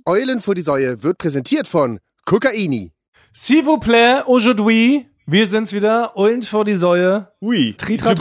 Eulen vor die Säue wird präsentiert von Kokaini. S'il vous plaît, aujourd'hui, wir sind's wieder, Eulen vor die Säue. Ui.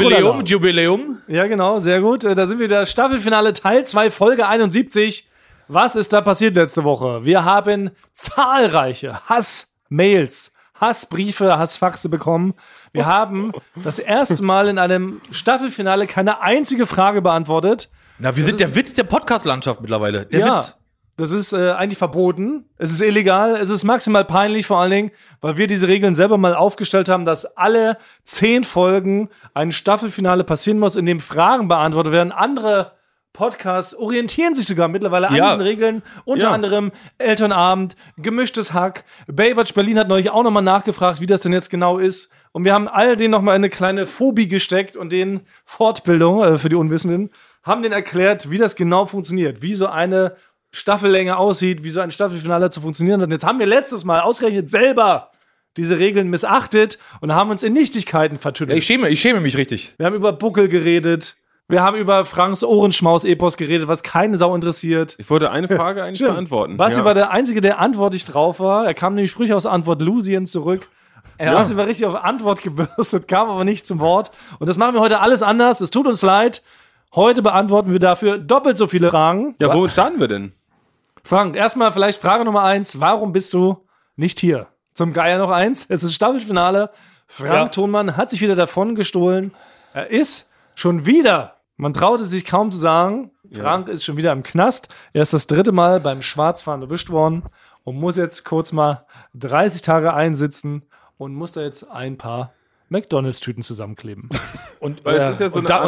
Jubiläum. Ja, genau, sehr gut. Da sind wir wieder. Staffelfinale Teil 2, Folge 71. Was ist da passiert letzte Woche? Wir haben zahlreiche Hassmails, Hassbriefe, Hassfaxe bekommen. Wir haben das erste Mal in einem Staffelfinale keine einzige Frage beantwortet. Na, wir sind der Witz der Podcast-Landschaft mittlerweile. Der Witz. Das ist eigentlich verboten. Es ist illegal. Es ist maximal peinlich, vor allen Dingen, weil wir diese Regeln selber mal aufgestellt haben, dass alle 10 Folgen ein Staffelfinale passieren muss, in dem Fragen beantwortet werden. Andere Podcasts orientieren sich sogar mittlerweile an diesen Regeln. Unter anderem Elternabend, Gemischtes Hack. Baywatch Berlin hat neulich auch nochmal nachgefragt, wie das denn jetzt genau ist. Und wir haben all denen nochmal eine kleine Phobie gesteckt und denen Fortbildung für die Unwissenden, haben denen erklärt, wie das genau funktioniert, wie so eine Staffellänge aussieht, wie so ein Staffelfinale zu funktionieren hat. Und jetzt haben wir letztes Mal ausgerechnet selber diese Regeln missachtet und haben uns in Nichtigkeiten vertüttelt. Ich schäme mich richtig. Wir haben über Buckel geredet. Wir haben über Franks Ohrenschmaus-Epos geredet, was keine Sau interessiert. Ich wollte eine Frage eigentlich beantworten. Basti war der Einzige, der antwortlich drauf war. Er kam nämlich früh aus Antwort Lusien zurück. Basti war richtig auf Antwort gebürstet, kam aber nicht zum Wort. Und das machen wir heute alles anders. Es tut uns leid. Heute beantworten wir dafür doppelt so viele Fragen. Ja, womit starten wir denn? Frank, erstmal vielleicht Frage Nummer 1. Warum bist du nicht hier? Zum Geier noch 1. Es ist Staffelfinale. Frank Thonmann hat sich wieder davon gestohlen. Er ist schon wieder, man traut es sich kaum zu sagen, Frank ist schon wieder im Knast. Er ist das 3. Mal beim Schwarzfahren erwischt worden und muss jetzt kurz mal 30 Tage einsitzen und muss da jetzt ein paar McDonalds-Tüten zusammenkleben. Und das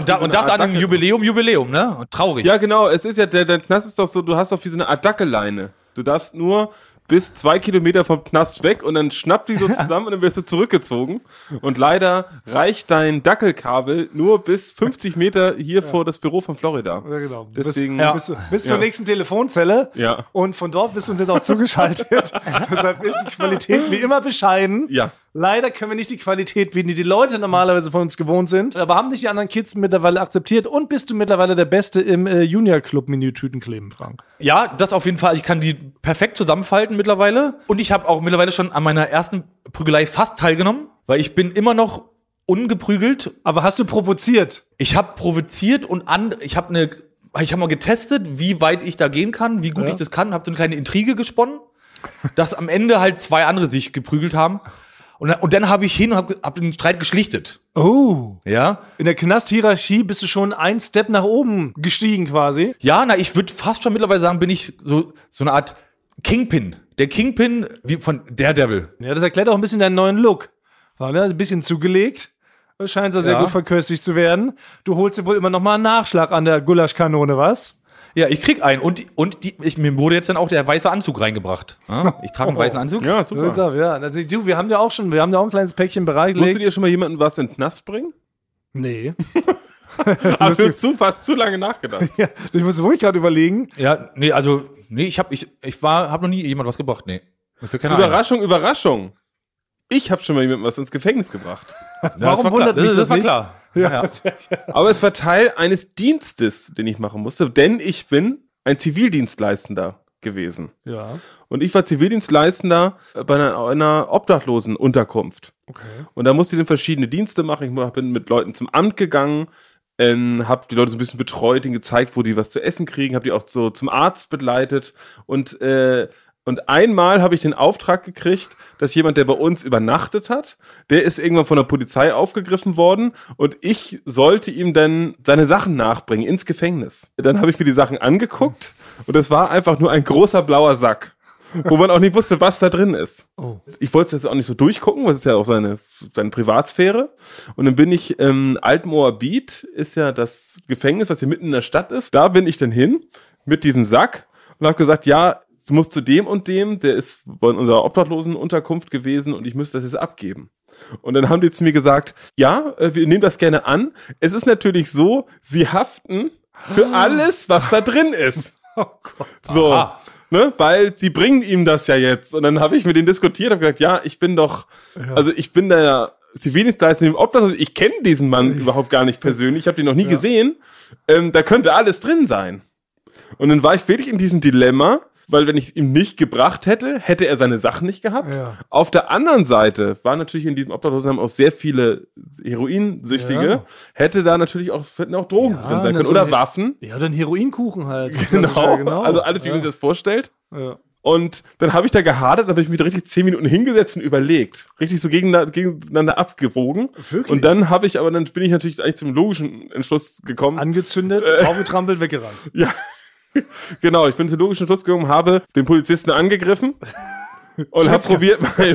an einem Jubiläum, ne? Und traurig. Ja, genau. Es ist ja, der Knast ist doch so, du hast doch wie so eine Art Dackeleine. Du darfst nur bis 2 Kilometer vom Knast weg und dann schnappt die so zusammen und dann wirst du zurückgezogen. Und leider reicht dein Dackelkabel nur bis 50 Meter hier vor das Büro von Florida. Ja, genau. Deswegen, bis zur nächsten Telefonzelle. Ja. Und von dort bist du uns jetzt auch zugeschaltet. Deshalb ist die Qualität wie immer bescheiden. Ja. Leider können wir nicht die Qualität bieten, die die Leute normalerweise von uns gewohnt sind. Aber haben dich die anderen Kids mittlerweile akzeptiert und bist du mittlerweile der Beste im Junior-Club-Menü-Tüten kleben, Frank? Ja, das auf jeden Fall. Ich kann die perfekt zusammenfalten mittlerweile. Und ich habe auch mittlerweile schon an meiner ersten Prügelei fast teilgenommen, weil ich bin immer noch ungeprügelt. Aber hast du provoziert? Ich habe provoziert und ich habe mal getestet, wie weit ich da gehen kann, wie gut ich das kann. Habe so eine kleine Intrige gesponnen, dass am Ende halt 2 andere sich geprügelt haben. Und dann habe ich hin und hab den Streit geschlichtet. Oh. Ja. In der Knasthierarchie bist du schon einen Step nach oben gestiegen quasi. Ja, ich würde fast schon mittlerweile sagen, bin ich so eine Art Kingpin. Der Kingpin wie von Daredevil. Ja, das erklärt auch ein bisschen deinen neuen Look. War ein bisschen zugelegt. Scheint sehr gut verköstigt zu werden. Du holst dir wohl immer noch mal einen Nachschlag an der Gulaschkanone, was? Ja, ich krieg einen. Mir wurde jetzt dann auch der weiße Anzug reingebracht. Ja, ich trage einen weißen Anzug. Ja, super. Ja, also, wir haben ja auch ein kleines Päckchen bereitgelegt. Musstet ihr schon mal jemanden was in den Knast bringen? Nee. Hast du fast zu lange nachgedacht? Ja, ich muss wirklich gerade überlegen. Ja, ich hab noch nie jemand was gebracht, nee. Überraschung. Ich habe schon mal jemandem was ins Gefängnis gebracht. Warum wundert mich das war nicht? klar. Ja. Aber es war Teil eines Dienstes, den ich machen musste, denn ich bin ein Zivildienstleistender gewesen. Ja. Und ich war Zivildienstleistender bei einer Obdachlosenunterkunft. Okay. Und da musste ich dann verschiedene Dienste machen. Ich bin mit Leuten zum Amt gegangen, habe die Leute so ein bisschen betreut, ihnen gezeigt, wo die was zu essen kriegen, habe die auch so zum Arzt begleitet und einmal habe ich den Auftrag gekriegt, dass jemand, der bei uns übernachtet hat, der ist irgendwann von der Polizei aufgegriffen worden und ich sollte ihm dann seine Sachen nachbringen ins Gefängnis. Dann habe ich mir die Sachen angeguckt und es war einfach nur ein großer blauer Sack, wo man auch nicht wusste, was da drin ist. Oh. Ich wollte es jetzt auch nicht so durchgucken, weil es ist ja auch seine Privatsphäre. Und dann bin ich, Altmoabit ist ja das Gefängnis, was hier mitten in der Stadt ist. Da bin ich dann hin mit diesem Sack und habe gesagt, ja, es muss zu dem und dem, der ist bei unserer Obdachlosenunterkunft gewesen und ich müsste das jetzt abgeben. Und dann haben die zu mir gesagt, ja, wir nehmen das gerne an. Es ist natürlich so, sie haften für alles, was da drin ist. Oh Gott. So, ne, weil sie bringen ihm das ja jetzt. Und dann habe ich mit denen diskutiert, habe gesagt, ja, ich bin der Zivildienstleister im Obdachlosen. Ich kenne diesen Mann überhaupt gar nicht persönlich. Ich habe den noch nie gesehen. Da könnte alles drin sein. Und dann war ich wirklich in diesem Dilemma, weil wenn ich es ihm nicht gebracht hätte, hätte er seine Sachen nicht gehabt. Ja. Auf der anderen Seite waren natürlich in diesem Obdachlosenheim auch sehr viele Heroinsüchtige. Ja. Hätten auch Drogen drin sein können. so Oder ein- Waffen. Ja, dann Heroinkuchen halt. Genau. Also alles, wie man sich das vorstellt. Ja. Und dann habe ich da gehadert, dann habe ich mich richtig 10 Minuten hingesetzt und überlegt. Richtig so gegeneinander abgewogen. Wirklich? Und dann bin ich natürlich eigentlich zum logischen Entschluss gekommen. Angezündet, aufgetrampelt, weggerannt. Ja, genau. Ich bin zum logischen Schluss gekommen, habe den Polizisten angegriffen und habe probiert,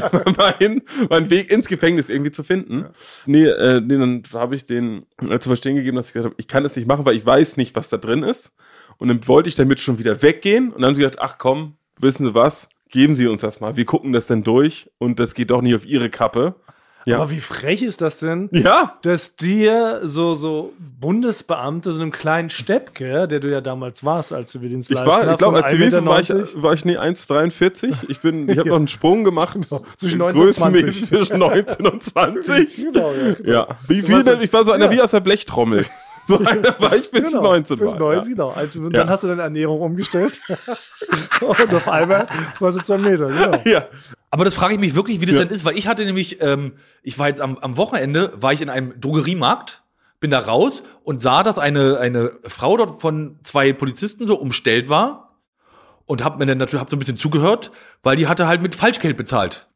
meinen Weg ins Gefängnis irgendwie zu finden. Ja. Dann habe ich den zu verstehen gegeben, dass ich gesagt habe, ich kann es nicht machen, weil ich weiß nicht, was da drin ist. Und dann wollte ich damit schon wieder weggehen. Und dann haben sie gesagt, ach komm, wissen Sie was, geben Sie uns das mal. Wir gucken das dann durch und das geht doch nicht auf Ihre Kappe. Ja. Aber wie frech ist das denn? Ja. Dass dir so Bundesbeamte, so einem kleinen Steppke, der du ja damals warst, als du den Ich glaube, als Zivildienst war ich 1,43. Ich habe noch einen Sprung gemacht. Zwischen 19 und 20. Zwischen 19 und 20. Genau, Ja. Ich war so einer wie aus der Blechtrommel. So einer war ich bis 19 bis war. 19, genau. Also, dann hast du deine Ernährung umgestellt. Und auf einmal warst du 2 Meter, genau. Ja. Aber das frage ich mich wirklich, wie das denn ist, weil ich hatte nämlich, ich war jetzt am Wochenende, war ich in einem Drogeriemarkt, bin da raus und sah, dass eine Frau dort von 2 Polizisten so umstellt war und hab so ein bisschen zugehört, weil die hatte halt mit Falschgeld bezahlt.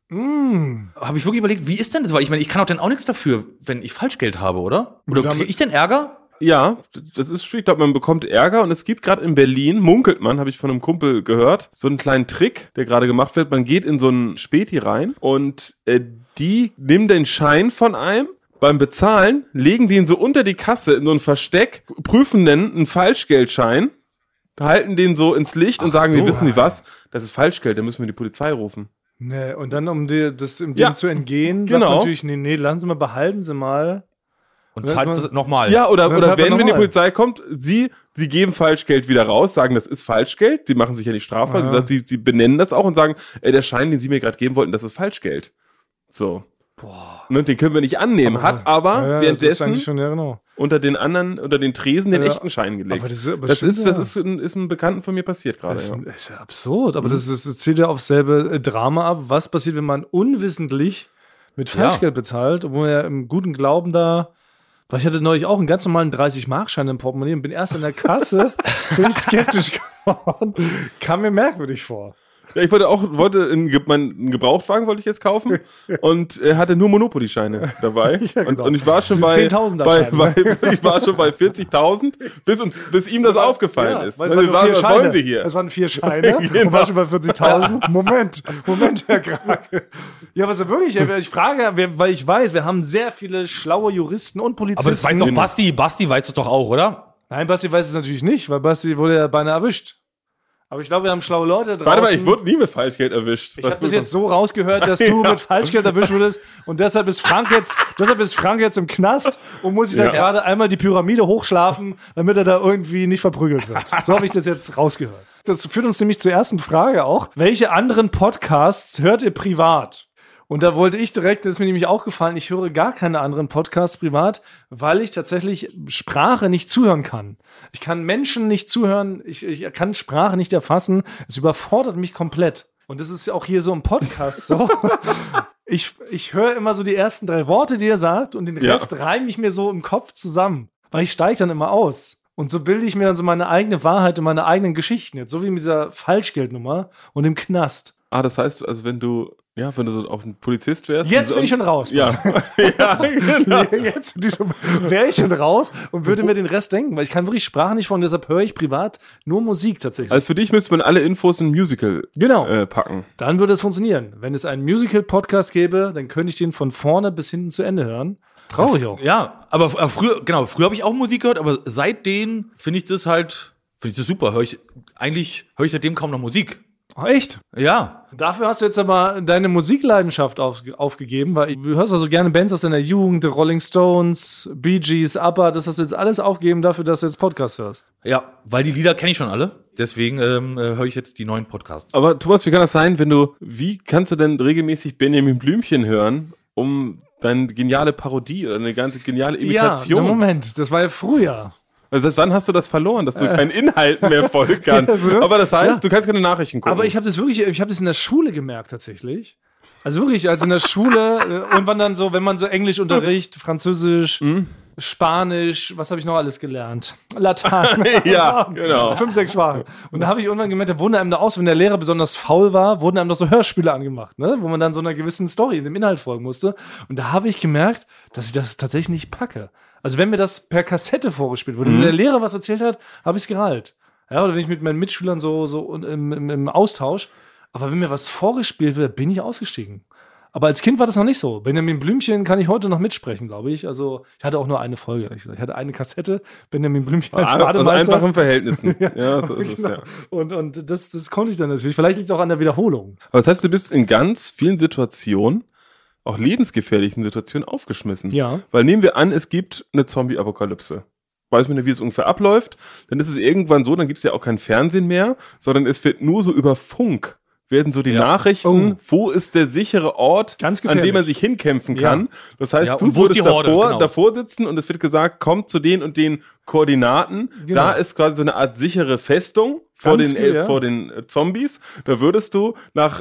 Habe ich wirklich überlegt, wie ist denn das? Weil ich meine, ich kann auch dann auch nichts dafür, wenn ich Falschgeld habe, oder? Oder kriege ich denn Ärger? Ja, das ist schwierig. Ich glaube, man bekommt Ärger und es gibt gerade in Berlin, munkelt man, habe ich von einem Kumpel gehört, so einen kleinen Trick, der gerade gemacht wird. Man geht in so einen Späti rein und die nehmen den Schein von einem. Beim Bezahlen legen die ihn so unter die Kasse in so ein Versteck, prüfen dann einen Falschgeldschein, halten den so ins Licht und sagen, so, wir wissen nicht was, das ist Falschgeld, dann müssen wir die Polizei rufen. Nee, und dann, um dem zu entgehen, sagt genau. man natürlich, nee, lassen Sie mal, behalten Sie mal. Und zahlt es nochmal. Ja, oder zahlt man wenn die nochmal. Polizei kommt, sie geben Falschgeld wieder raus, sagen, das ist Falschgeld, die machen sich ja nicht strafbar, sie benennen das auch und sagen, der Schein, den sie mir gerade geben wollten, das ist Falschgeld. So. Boah. Und den können wir nicht annehmen, hat aber währenddessen genau. unter den Tresen den echten Schein gelegt. Aber das ist einem Bekannten von mir passiert gerade. Das ist ja absurd, aber das zählt ja aufs selbe Drama ab. Was passiert, wenn man unwissentlich mit Falschgeld bezahlt, obwohl man ja im guten Glauben da. Weil ich hatte neulich auch einen ganz normalen 30-Mark-Schein im Portemonnaie und bin erst in der Kasse, bin ich skeptisch geworden. Kam mir merkwürdig vor. Ja, ich wollte einen Gebrauchtwagen wollte ich jetzt kaufen und hatte nur Monopoly-Scheine dabei. Ja, genau. und ich war schon bei 10.000er ich war schon bei 40.000, bis ihm das aufgefallen ist. Weil Also, was wollen Sie hier? Es waren 4 Scheine Genau. und war schon bei 40.000. Moment, Herr Krake. Ja, was wirklich, ich frage, weil ich weiß, wir haben sehr viele schlaue Juristen und Polizisten. Aber das weiß doch Basti. Basti weiß das doch auch, oder? Nein, Basti weiß es natürlich nicht, weil Basti wurde ja beinahe erwischt. Aber ich glaube, wir haben schlaue Leute draußen. Warte mal, ich wurde nie mit Falschgeld erwischt. Ich habe das jetzt so rausgehört, dass du mit Falschgeld erwischt wurdest und deshalb ist Frank jetzt im Knast und muss sich da gerade einmal die Pyramide hochschlafen, damit er da irgendwie nicht verprügelt wird. So habe ich das jetzt rausgehört. Das führt uns nämlich zur ersten Frage auch. Welche anderen Podcasts hört ihr privat? Und da wollte ich direkt, das ist mir nämlich auch gefallen, ich höre gar keine anderen Podcasts privat, weil ich tatsächlich Sprache nicht zuhören kann. Ich kann Menschen nicht zuhören, ich kann Sprache nicht erfassen. Es überfordert mich komplett. Und das ist ja auch hier so im Podcast so. Ich höre immer so die ersten 3 Worte, die er sagt, und den Rest reime ich mir so im Kopf zusammen. Weil ich steige dann immer aus. Und so bilde ich mir dann so meine eigene Wahrheit und meine eigenen Geschichten. Jetzt so wie mit dieser Falschgeldnummer und dem Knast. Ah, das heißt, also wenn du so auf einen Polizist wärst. Jetzt bin ich schon raus. Ja. Genau. Jetzt wäre ich schon raus und würde mir den Rest denken, weil ich kann wirklich Sprache nicht von, deshalb höre ich privat nur Musik tatsächlich. Also für dich müsste man alle Infos in ein Musical packen. Dann würde es funktionieren. Wenn es einen Musical-Podcast gäbe, dann könnte ich den von vorne bis hinten zu Ende hören. Traurig auch. Ja, aber früher habe ich auch Musik gehört, aber seitdem finde ich das super. Höre ich seitdem kaum noch Musik. Oh, echt? Ja. Dafür hast du jetzt aber deine Musikleidenschaft aufgegeben, weil du hörst also gerne Bands aus deiner Jugend, The Rolling Stones, Bee Gees, ABBA, das hast du jetzt alles aufgegeben dafür, dass du jetzt Podcasts hörst. Ja, weil die Lieder kenne ich schon alle. Deswegen höre ich jetzt die neuen Podcasts. Aber Thomas, wie kann das sein, wie kannst du denn regelmäßig Benjamin Blümchen hören, um deine geniale Parodie oder eine ganze geniale Imitation? Ja, Moment, das war ja früher. Also seit wann hast du das verloren, dass du keinen Inhalt mehr folgen kannst? Aber das heißt, du kannst keine Nachrichten gucken. Aber ich habe das in der Schule gemerkt tatsächlich. Also wirklich, als in der Schule, irgendwann dann so, wenn man so Englischunterricht, Französisch, Spanisch, was habe ich noch alles gelernt? Latein. Ja, genau. 5, 6 Sprachen. Und da habe ich irgendwann gemerkt, da wurden einem da aus, wenn der Lehrer besonders faul war, wurden einem doch so Hörspiele angemacht, ne? Wo man dann so einer gewissen Story, dem Inhalt folgen musste. Und da habe ich gemerkt, dass ich das tatsächlich nicht packe. Also wenn mir das per Kassette vorgespielt wurde, wenn der Lehrer was erzählt hat, habe ich es gerallt. Ja, oder wenn ich mit meinen Mitschülern so im Austausch, aber wenn mir was vorgespielt wird, bin ich ausgestiegen. Aber als Kind war das noch nicht so. Benjamin Blümchen kann ich heute noch mitsprechen, glaube ich. Also ich hatte auch nur eine Folge. Ich hatte eine Kassette, Benjamin Blümchen als Bademeister. Also einfachen Verhältnissen. Ja, so ist es, ja. Und das konnte ich dann natürlich. Vielleicht liegt es auch an der Wiederholung. Aber das heißt, du bist in ganz vielen Situationen, auch lebensgefährlichen Situationen, aufgeschmissen. Ja. Weil nehmen wir an, es gibt eine Zombie-Apokalypse. Weiß man nicht, wie es ungefähr abläuft. Dann ist es irgendwann so, dann gibt es ja auch kein Fernsehen mehr, sondern es wird nur so über Funk werden so die Nachrichten, wo ist der sichere Ort, an dem man sich hinkämpfen kann. Das heißt, du würdest davor sitzen und es wird gesagt, kommt zu den und den Koordinaten. Genau. Da ist quasi so eine Art sichere Festung vor den Zombies. Da würdest du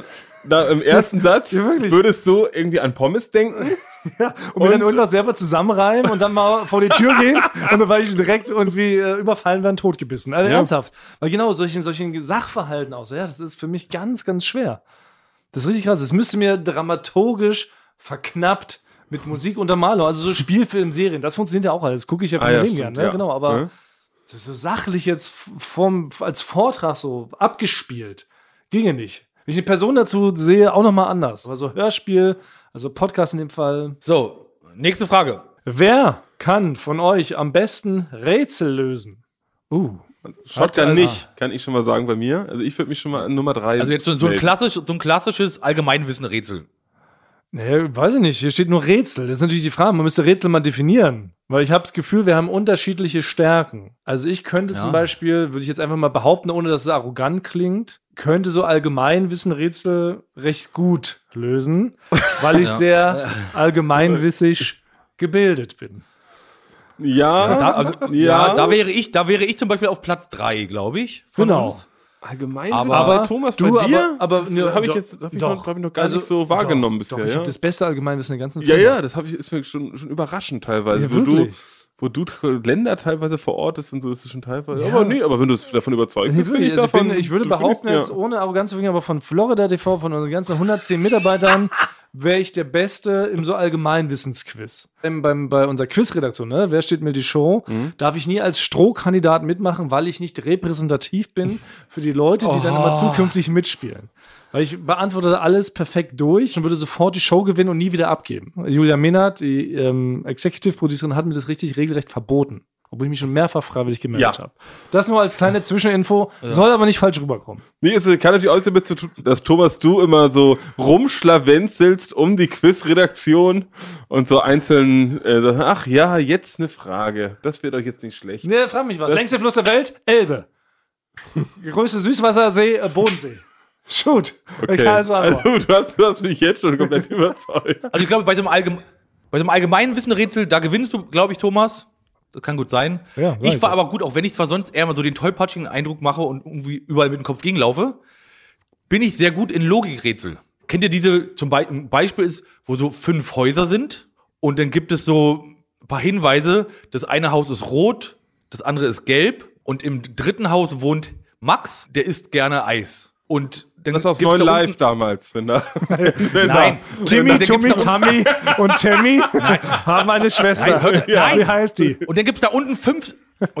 im ersten Satz würdest du irgendwie an Pommes denken. Ja, und mir dann irgendwas selber zusammenreimen und dann mal vor die Tür gehen und dann war ich direkt irgendwie überfallen werden, totgebissen. Also ernsthaft. Weil genau solchen Sachverhalten auch so, das ist für mich ganz, ganz schwer. Das ist richtig krass. Es müsste mir dramaturgisch verknappt mit Musikuntermalung, also so Spielfilm, Serien, das funktioniert ja auch alles. Gucke ich ja von dem gern, ne? Genau, aber so sachlich jetzt als Vortrag so abgespielt, ginge nicht. Wenn ich eine Person dazu sehe, auch nochmal anders. Aber so Hörspiel, also Podcast in dem Fall. So, nächste Frage. Wer kann von euch am besten Rätsel lösen? Shotgun nicht, kann ich schon mal sagen bei mir. Also ich würde mich schon mal an Nummer 3 Also jetzt so ein klassisches Allgemeinwissen-Rätsel. Nee, weiß ich nicht. Hier steht nur Rätsel. Das ist natürlich die Frage. Man müsste Rätsel mal definieren. Weil ich habe das Gefühl, wir haben unterschiedliche Stärken. Also ich könnte zum Beispiel, würde ich jetzt einfach mal behaupten, ohne dass es arrogant klingt, könnte so Allgemeinwissen-Rätsel recht gut lösen, weil ich sehr allgemeinwissig gebildet bin. Da wäre ich zum Beispiel auf Platz 3, glaube ich. Genau. Allgemein, aber Thomas, du, bei dir? aber habe ich noch gar nicht so wahrgenommen bisher. Ich habe das beste Allgemeinwissen der ganzen Firma. Ja, das ist mir schon überraschend teilweise. Ja, wo du Länder teilweise verortest und so, ist es schon teilweise. Ja. Aber wenn du davon überzeugt bist, ich würde behaupten, jetzt ohne Arroganz zu finden, aber von Florida TV, von unseren ganzen 110 Mitarbeitern, wäre ich der Beste im so Allgemeinwissensquiz. Bei unserer Quizredaktion, ne? Wer steht mir die Show? Darf ich nie als Strohkandidat mitmachen, weil ich nicht repräsentativ bin für die Leute, die dann immer zukünftig mitspielen. Weil ich beantworte alles perfekt durch und würde sofort die Show gewinnen und nie wieder abgeben. Julia Mehnert, die Executive-Producerin, hat mir das richtig regelrecht verboten. Obwohl ich mich schon mehrfach freiwillig gemeldet habe. Das nur als kleine Zwischeninfo, soll aber nicht falsch rüberkommen. Nee, es kann natürlich auch damit zu tun, dass Thomas, du immer so rumschlawenzelst um die Quizredaktion und so einzeln, ach ja, jetzt eine Frage. Das wird euch jetzt nicht schlecht. Nee, frag mich was. Längster Fluss der Welt? Elbe. Größte Süßwassersee? Bodensee. Shoot. Okay. Also, du hast mich jetzt schon komplett überzeugt. Also ich glaube, bei so einem Allgemeinwissen-Rätsel, da gewinnst du, glaube ich, Thomas. Das kann gut sein. Ja, ich war aber gut, auch wenn ich zwar sonst eher mal so den tollpatschigen Eindruck mache und irgendwie überall mit dem Kopf gegenlaufe, bin ich sehr gut in Logikrätsel. Kennt ihr diese, ein Beispiel ist, wo so 5 Häuser sind und dann gibt es so ein paar Hinweise, das eine Haus ist rot, das andere ist gelb und im dritten Haus wohnt Max, der isst gerne Eis. Und dann das ist aus 9 Live damals, Nein, Jimmy, Tommy, Tammy und Tammy haben eine Schwester. Wie heißt die? Und dann gibt's da unten 5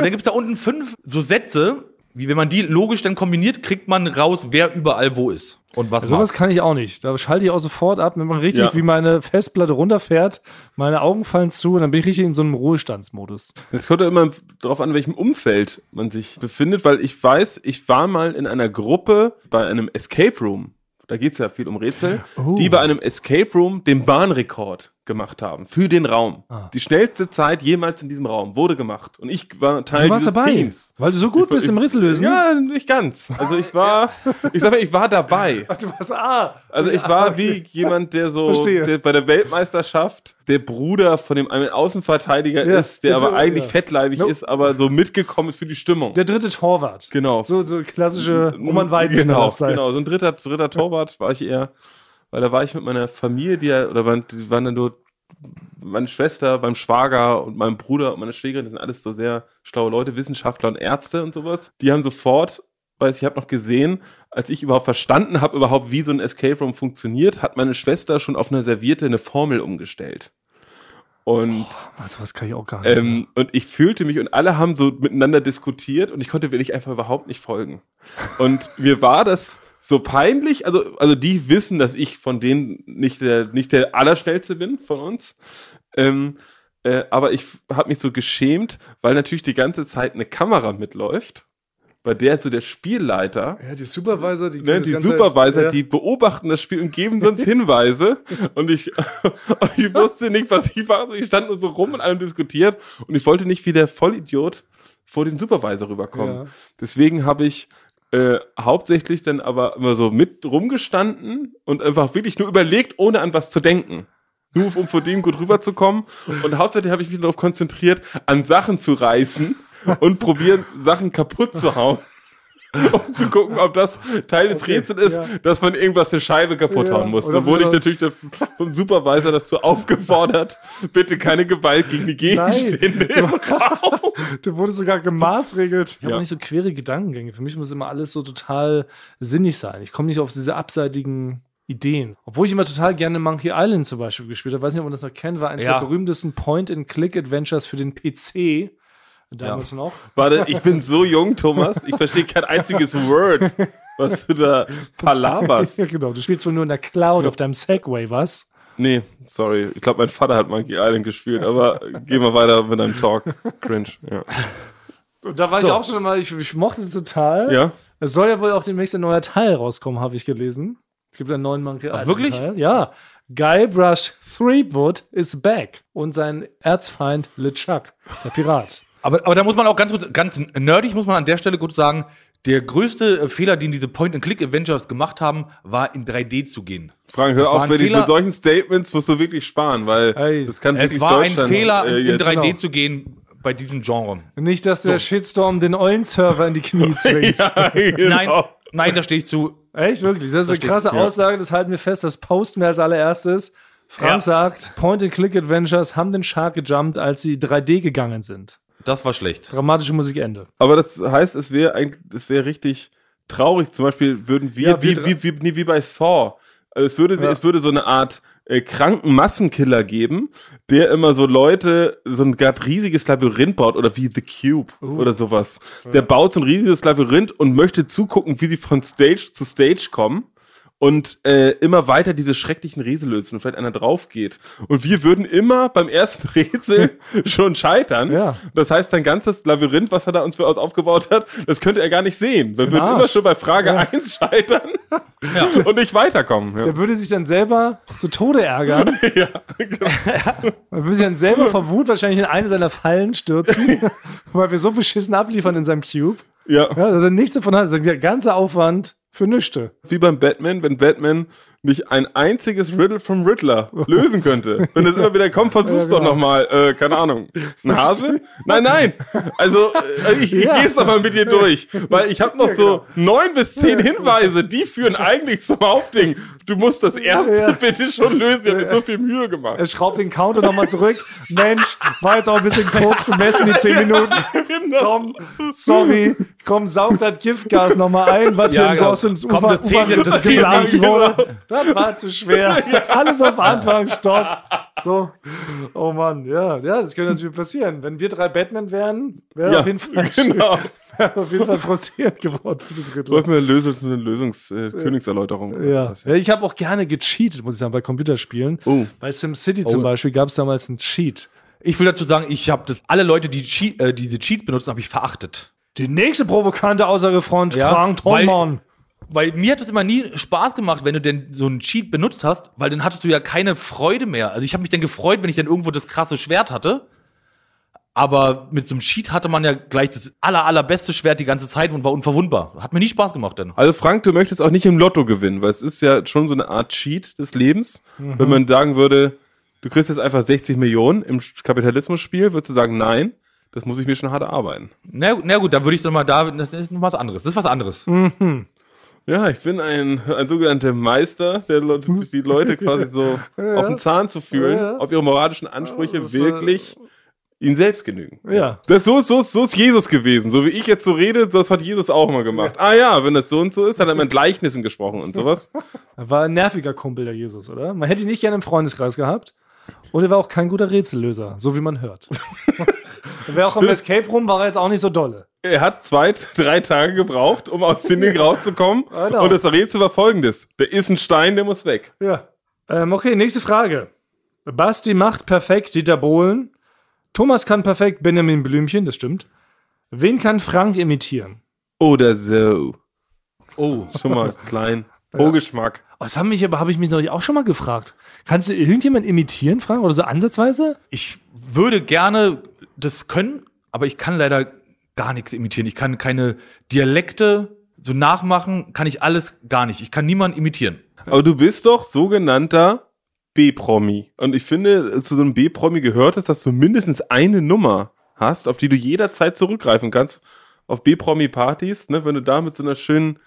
so Sätze, wie wenn man die logisch dann kombiniert, kriegt man raus, wer überall wo ist. Und was sowas kann ich auch nicht. Da schalte ich auch sofort ab, wenn man richtig wie meine Festplatte runterfährt, meine Augen fallen zu und dann bin ich richtig in so einem Ruhestandsmodus. Es kommt ja immer darauf an, in welchem Umfeld man sich befindet, weil ich weiß, ich war mal in einer Gruppe bei einem Escape Room. Da geht's ja viel um Rätsel, die bei einem Escape Room den Bahnrekord gemacht haben. Für den Raum. Die schnellste Zeit jemals in diesem Raum wurde gemacht. Und ich war Teil dieses Teams. Weil du so gut bist im Rätsellösen? Ja, nicht ganz. Also ich war dabei. Ach, du warst, Also ich war wie jemand, der der bei der Weltmeisterschaft der Bruder von dem einen Außenverteidiger ist, der aber eigentlich fettleibig ist, aber so mitgekommen ist für die Stimmung. Der dritte Torwart. Genau. So klassische Roman Weidenfeller-Style. Genau, so ein dritter Torwart war ich eher, weil da war ich mit meiner Familie, die waren dann nur meine Schwester, beim Schwager und meinem Bruder und meine Schwägerin, die sind alles so sehr schlaue Leute, Wissenschaftler und Ärzte und sowas. Die haben sofort, ich habe noch gesehen, als ich überhaupt verstanden habe, wie so ein Escape Room funktioniert, hat meine Schwester schon auf einer Serviette eine Formel umgestellt. Und was kann ich auch gar nicht. Und ich fühlte mich, und alle haben so miteinander diskutiert und ich konnte wirklich einfach überhaupt nicht folgen. Und mir war das so peinlich, also die wissen, dass ich von denen nicht der Allerschnellste bin von uns. Aber ich habe mich so geschämt, weil natürlich die ganze Zeit eine Kamera mitläuft. Bei der so der Spielleiter. Ja, die Supervisor, die beobachten das Spiel und geben sonst Hinweise. und ich wusste nicht, was ich mache. Ich stand nur so rum und allem diskutiert. Und ich wollte nicht wie der Vollidiot vor den Supervisor rüberkommen. Ja. Deswegen habe ich hauptsächlich dann aber immer so mit rumgestanden und einfach wirklich nur überlegt, ohne an was zu denken. Nur um vor dem gut rüberzukommen. Und hauptsächlich habe ich mich darauf konzentriert, an Sachen zu reißen und probieren, Sachen kaputt zu hauen, um zu gucken, ob das Teil des Rätsels ist, dass man irgendwas eine Scheibe kaputt hauen muss. Dann wurde ich natürlich vom Supervisor dazu aufgefordert, bitte keine Gewalt gegen die Gegenstände im Raum. Du wurdest sogar gemaßregelt. Ich habe auch nicht so quere Gedankengänge. Für mich muss immer alles so total sinnig sein. Ich komme nicht auf diese abseitigen Ideen. Obwohl ich immer total gerne Monkey Island zum Beispiel gespielt habe. Weiß nicht, ob man das noch kennt, war eines der berühmtesten Point-and-Click-Adventures für den PC. Damals noch. Warte, ich bin so jung, Thomas. Ich verstehe kein einziges Word, was du da palaberst. Ja, genau. Du spielst wohl nur in der Cloud auf deinem Segway, was? Nee, sorry. Ich glaube, mein Vater hat Monkey Island gespielt, aber geh mal weiter mit deinem Talk. Cringe, ja. Und da war ich auch schon mal, ich mochte es total. Ja. Es soll ja wohl auch demnächst ein neuer Teil rauskommen, habe ich gelesen. Es gibt einen neuen Monkey Island wirklich? Teil. Ja. Guybrush Threepwood is back. Und sein Erzfeind LeChuck, der Pirat. Aber da muss man auch ganz nerdig, muss man an der Stelle gut sagen, der größte Fehler, den diese Point-and-Click-Adventures gemacht haben, war in 3D zu gehen. Frank, hör auf, mit solchen Statements musst du wirklich sparen, weil das kann wirklich Deutschland... Es war ein Fehler, in 3D zu gehen bei diesem Genre. Nicht, dass der Shitstorm den Eulen-Server in die Knie zwingt. Ja, genau. Nein, da stehe ich zu. Echt, wirklich? Das ist eine krasse Aussage, das halten wir fest, das posten wir als allererstes. Frank sagt, Point-and-Click-Adventures haben den Shark gejumpt, als sie 3D gegangen sind. Das war schlecht. Dramatische Musik, Ende. Aber das heißt, es wäre richtig traurig. Zum Beispiel würden wir, wie bei Saw, also es würde so eine Art kranken Massenkiller geben, der immer so Leute, so ein gerade riesiges Labyrinth baut, oder wie The Cube oder sowas. Der baut so ein riesiges Labyrinth und möchte zugucken, wie sie von Stage zu Stage kommen. Und immer weiter diese schrecklichen Rätsel lösen und vielleicht einer drauf geht. Und wir würden immer beim ersten Rätsel schon scheitern. Ja. Das heißt, sein ganzes Labyrinth, was er da uns für uns aufgebaut hat, das könnte er gar nicht sehen. Wir würden immer schon bei Frage 1 scheitern und nicht weiterkommen. Ja. Der würde sich dann selber zu Tode ärgern. Ja, genau. Er würde sich dann selber vor Wut wahrscheinlich in eine seiner Fallen stürzen, weil wir so beschissen abliefern in seinem Cube. Ja, dass er nichts davon hat. Der ganze Aufwand für nüchte. Wie beim Batman, wenn Batman nicht ein einziges Riddle vom Riddler lösen könnte. Wenn es immer wieder kommt, versuch's doch nochmal, keine Ahnung, ein Hase? Nein. Also, ich geh's doch mal mit dir durch. Weil ich habe noch so 9 bis 10 Hinweise, die führen eigentlich zum Hauptding. Du musst das erste bitte schon lösen. Ich habe mir so viel Mühe gemacht. Er schraubt den Counter nochmal zurück. Mensch, war jetzt auch ein bisschen kurz bemessen, die 10 Minuten. Genau. Komm, saug das Giftgas nochmal ein, was hier im Goss ins Ufer geblasen wurde. Das war zu schwer. Alles auf Anfang, stopp. So. Oh Mann, ja, das könnte natürlich passieren. Wenn wir 3 Batman wären, wäre auf jeden Fall frustrierend geworden für die dritte. Läuft mir eine Königserläuterung. Ja, ich habe auch gerne gecheatet, muss ich sagen, bei Computerspielen. Bei SimCity zum Beispiel gab es damals einen Cheat. Ich will dazu sagen, ich habe alle Leute, die diese Cheats benutzen, habe ich verachtet. Die nächste provokante Aussage von Frank Thonmann. Weil mir hat es immer nie Spaß gemacht, wenn du denn so einen Cheat benutzt hast, weil dann hattest du ja keine Freude mehr. Also ich habe mich dann gefreut, wenn ich dann irgendwo das krasse Schwert hatte. Aber mit so einem Cheat hatte man ja gleich das allerbeste Schwert die ganze Zeit und war unverwundbar. Hat mir nie Spaß gemacht dann. Also Frank, du möchtest auch nicht im Lotto gewinnen, weil es ist ja schon so eine Art Cheat des Lebens. Wenn man sagen würde, du kriegst jetzt einfach 60 Millionen im Kapitalismus-Spiel, würdest du sagen, nein, das muss ich mir schon hart erarbeiten. Na gut, dann würde ich dann mal das ist noch was anderes. Das ist was anderes. Ja, ich bin ein sogenannter Meister, der die Leute quasi so auf den Zahn zu fühlen, ob ihre moralischen Ansprüche wirklich ihnen selbst genügen. Ja. So ist Jesus gewesen. So wie ich jetzt so rede, das hat Jesus auch mal gemacht. Ah ja, wenn das so und so ist, hat er mit Gleichnissen gesprochen und sowas. Er war ein nerviger Kumpel, der Jesus, oder? Man hätte ihn nicht gerne im Freundeskreis gehabt. Und er war auch kein guter Rätsellöser, so wie man hört. Er wäre auch im Escape Room, war er jetzt auch nicht so dolle. Er hat 2-3 Tage gebraucht, um aus dem Ding rauszukommen. Genau. Und das Rätsel war folgendes. Da ist ein Stein, der muss weg. Ja. Okay, nächste Frage. Basti macht perfekt Dieter Bohlen. Thomas kann perfekt Benjamin Blümchen, das stimmt. Wen kann Frank imitieren? Oder so. Oh. Schon mal klein. Pro-Geschmack. Das habe ich mich neulich auch schon mal gefragt. Kannst du irgendjemand imitieren, Frank? Oder so ansatzweise? Ich würde gerne das können, aber ich kann leider gar nichts imitieren. Ich kann keine Dialekte so nachmachen, kann ich alles gar nicht. Ich kann niemanden imitieren. Aber du bist doch sogenannter B-Promi. Und ich finde, zu so einem B-Promi gehört es, dass du mindestens eine Nummer hast, auf die du jederzeit zurückgreifen kannst. Auf B-Promi-Partys, ne, wenn du da mit so einer schönen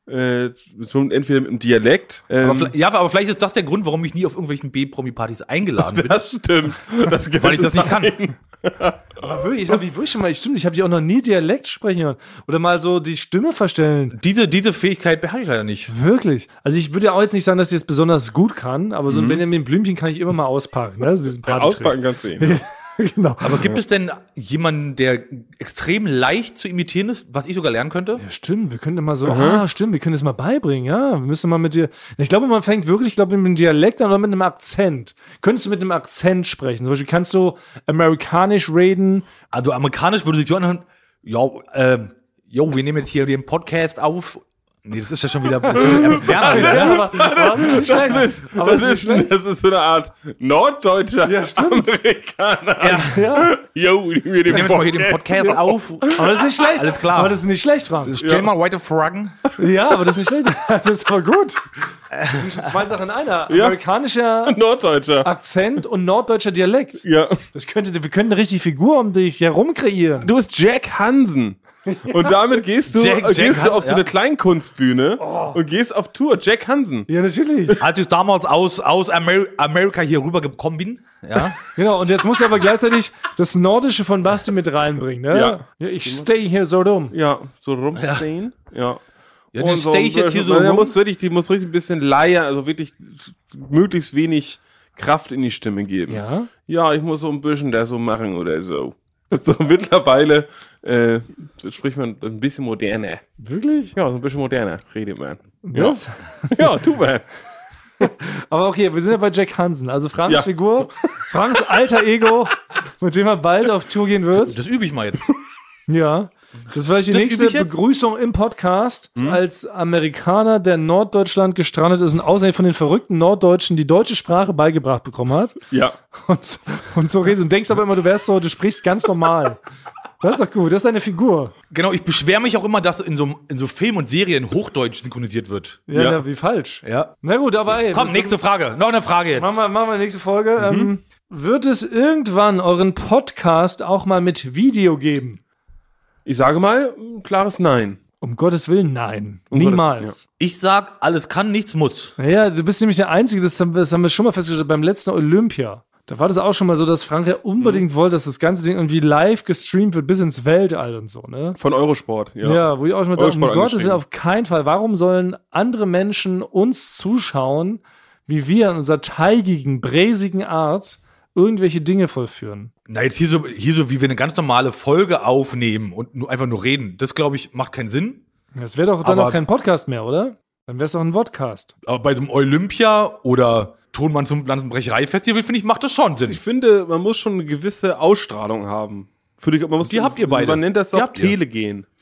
schon entweder mit einem Dialekt. Aber vielleicht ist das der Grund, warum ich nie auf irgendwelchen B-Promi-Partys eingeladen bin. Das stimmt. Das weil ich das nicht kann. Aber wirklich, ich habe dich auch noch nie Dialekt sprechen hören. Oder mal so die Stimme verstellen. Diese Fähigkeit behalte ich leider nicht. Wirklich. Also ich würde ja auch jetzt nicht sagen, dass ich es besonders gut kann, aber so ein Benjamin Blümchen kann ich immer mal auspacken. Ne? Diesen Auspacken kannst du ihn. Genau. Aber gibt es denn jemanden, der extrem leicht zu imitieren ist, was ich sogar lernen könnte? Ja, stimmt. Wir können mal so, stimmt, wir können das mal beibringen, ja. Wir müssen mal mit dir. Ich glaube, man fängt wirklich, mit einem Dialekt an oder mit einem Akzent. Könntest du mit einem Akzent sprechen? Zum Beispiel kannst du amerikanisch reden. Also amerikanisch würde sich so anhören, wir nehmen jetzt hier den Podcast auf. Nee, das ist ja schon wieder ein bisschen aber das ist nicht schlecht. Das ist so eine Art norddeutscher Amerikaner. Ja. Jo, wir nehmen jetzt mal hier den Podcast auf. Aber das ist nicht schlecht. Alles klar. Aber das ist nicht schlecht, Frank. Stell mal weiter Fragen. Ja, aber das ist nicht schlecht. Das ist aber gut. Das sind schon zwei Sachen in einer. Amerikanischer norddeutscher Akzent und norddeutscher Dialekt. Ja. Wir könnten eine richtige Figur um dich herum kreieren. Du bist Jack Hansen. Und damit gehst du auf so eine Kleinkunstbühne und gehst auf Tour. Jack Hansen. Ja, natürlich. Als ich damals aus Amerika hier rüber gekommen bin, ja. Genau, und jetzt musst du aber gleichzeitig das Nordische von Basti mit reinbringen, ne? Ja. Ich stay hier so dumm. Ja, so rumstehen. Ja. Ja, dann stehe ich jetzt hier so rum. Die muss richtig ein bisschen leier, also wirklich möglichst wenig Kraft in die Stimme geben. Ja? Ja, ich muss so ein bisschen das so machen oder so. So mittlerweile spricht man ein bisschen moderner. Wirklich? Ja, so ein bisschen moderner redet man. Was? Ja, tut man. Aber okay, wir sind ja bei Jack Hansen. Also Franks Ja. Figur, Franks alter Ego, mit dem er bald auf Tour gehen wird. Das übe ich mal jetzt. Ja. Das ist vielleicht die Das nächste übe ich jetzt? Begrüßung im Podcast als Amerikaner, der in Norddeutschland gestrandet ist und außerdem von den verrückten Norddeutschen die deutsche Sprache beigebracht bekommen hat. Ja. Und so redest und denkst aber immer, du sprichst ganz normal. Das ist doch gut, das ist deine Figur. Genau, ich beschwere mich auch immer, dass in so Film und Serien Hochdeutsch synchronisiert wird. Ja, Ja. Na, wie falsch. Ja. Na gut, aber ey. Komm, nächste Frage. Noch eine Frage jetzt. Machen wir nächste Folge. Wird es irgendwann euren Podcast auch mal mit Video geben? Ich sage mal, ein klares Nein. Um Gottes Willen, nein. Um Niemals. Gottes- Ich sag, alles kann, nichts muss. Naja, du bist nämlich der Einzige, das haben wir schon mal festgestellt beim letzten Olympia. Da war das auch schon mal so, dass Frank ja unbedingt wollte, dass das ganze Ding irgendwie live gestreamt wird bis ins Weltall und so, ne? Von Eurosport, ja. Ja, wo ich auch schon mal dachte, um Eurosport Gottes Willen, angestiegen. auf keinen Fall. Warum sollen andere Menschen uns zuschauen, wie wir in unserer teigigen, bräsigen Art irgendwelche Dinge vollführen? Na, jetzt hier so, wie wir eine ganz normale Folge aufnehmen und einfach nur reden. Das, glaube ich, macht keinen Sinn. Das wäre doch dann Aber- auch kein Podcast mehr, oder? Dann wäre es doch ein Vodcast. Aber bei so einem Olympia oder Tonmann zum Landesbrecherei-Festival, finde ich, macht das schon Sinn. Ich finde, man muss schon eine gewisse Ausstrahlung haben. Man muss Die habt ihr beide. Man nennt das Die auch habt ihr. Telegen.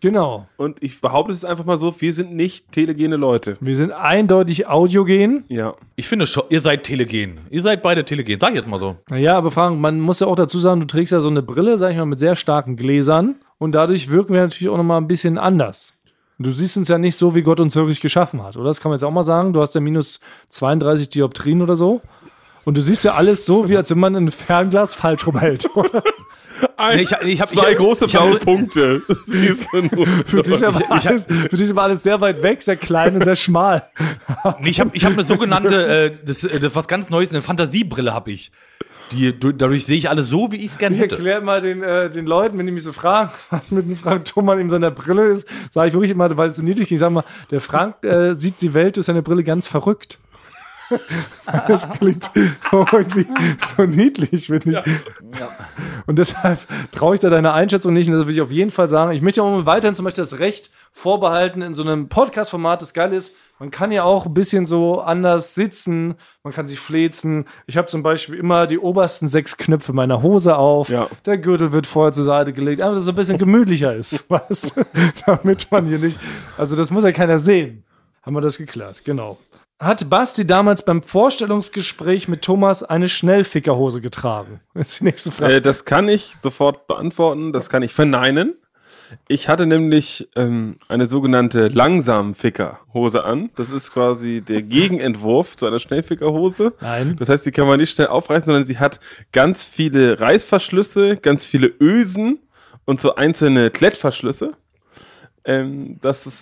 Genau. Und ich behaupte es einfach mal so, wir sind nicht telegene Leute. Wir sind eindeutig audiogen. Ja. Ich finde schon, ihr seid telegen. Ihr seid beide telegen. Sag ich jetzt mal so. Naja, aber Frank, man muss ja auch dazu sagen, du trägst ja so eine Brille, sag ich mal, mit sehr starken Gläsern. Und dadurch wirken wir natürlich auch nochmal ein bisschen anders. Du siehst uns ja nicht so, wie Gott uns wirklich geschaffen hat, oder? Das kann man jetzt auch mal sagen. Du hast ja minus 32 Dioptrien oder so. Und du siehst ja alles so, wie als wenn man ein Fernglas falsch rumhält, oder? Zwei große blaue Punkte. Siehst du nur. Für dich war alles sehr weit weg, sehr klein und sehr schmal. Nee, ich hab eine sogenannte, das was ganz Neues, eine Fantasiebrille habe ich. Dadurch sehe ich alles so, wie ich es gerne Ich hätte. erkläre mal den Leuten, wenn die mich so fragen, was mit dem Frank Thumann in seiner Brille ist, sage ich wirklich immer, weil es so niedlich ist, ich sage mal, der Frank sieht die Welt durch seine Brille ganz verrückt. Das klingt irgendwie so niedlich, finde ich. Ja. Und deshalb traue ich da deiner Einschätzung nicht. Und das will ich auf jeden Fall sagen. Ich möchte auch weiterhin zum Beispiel das Recht vorbehalten in so einem Podcast-Format. Das Geile ist, man kann ja auch ein bisschen so anders sitzen. Man kann sich fläzen. Ich habe zum Beispiel immer die obersten 6 Knöpfe meiner Hose auf. Ja. Der Gürtel wird vorher zur Seite gelegt. Einfach, dass es so ein bisschen gemütlicher ist. Weißt du? Damit man hier nicht... Also das muss ja keiner sehen. Haben wir das geklärt, genau. Hat Basti damals beim Vorstellungsgespräch mit Thomas eine Schnellfickerhose getragen? Das ist die nächste Frage. Das kann ich sofort beantworten, das kann ich verneinen. Ich hatte nämlich eine sogenannte Langsamfickerhose an. Das ist quasi der Gegenentwurf zu einer Schnellfickerhose. Nein. Das heißt, die kann man nicht schnell aufreißen, sondern sie hat ganz viele Reißverschlüsse, ganz viele Ösen und so einzelne Klettverschlüsse. Schön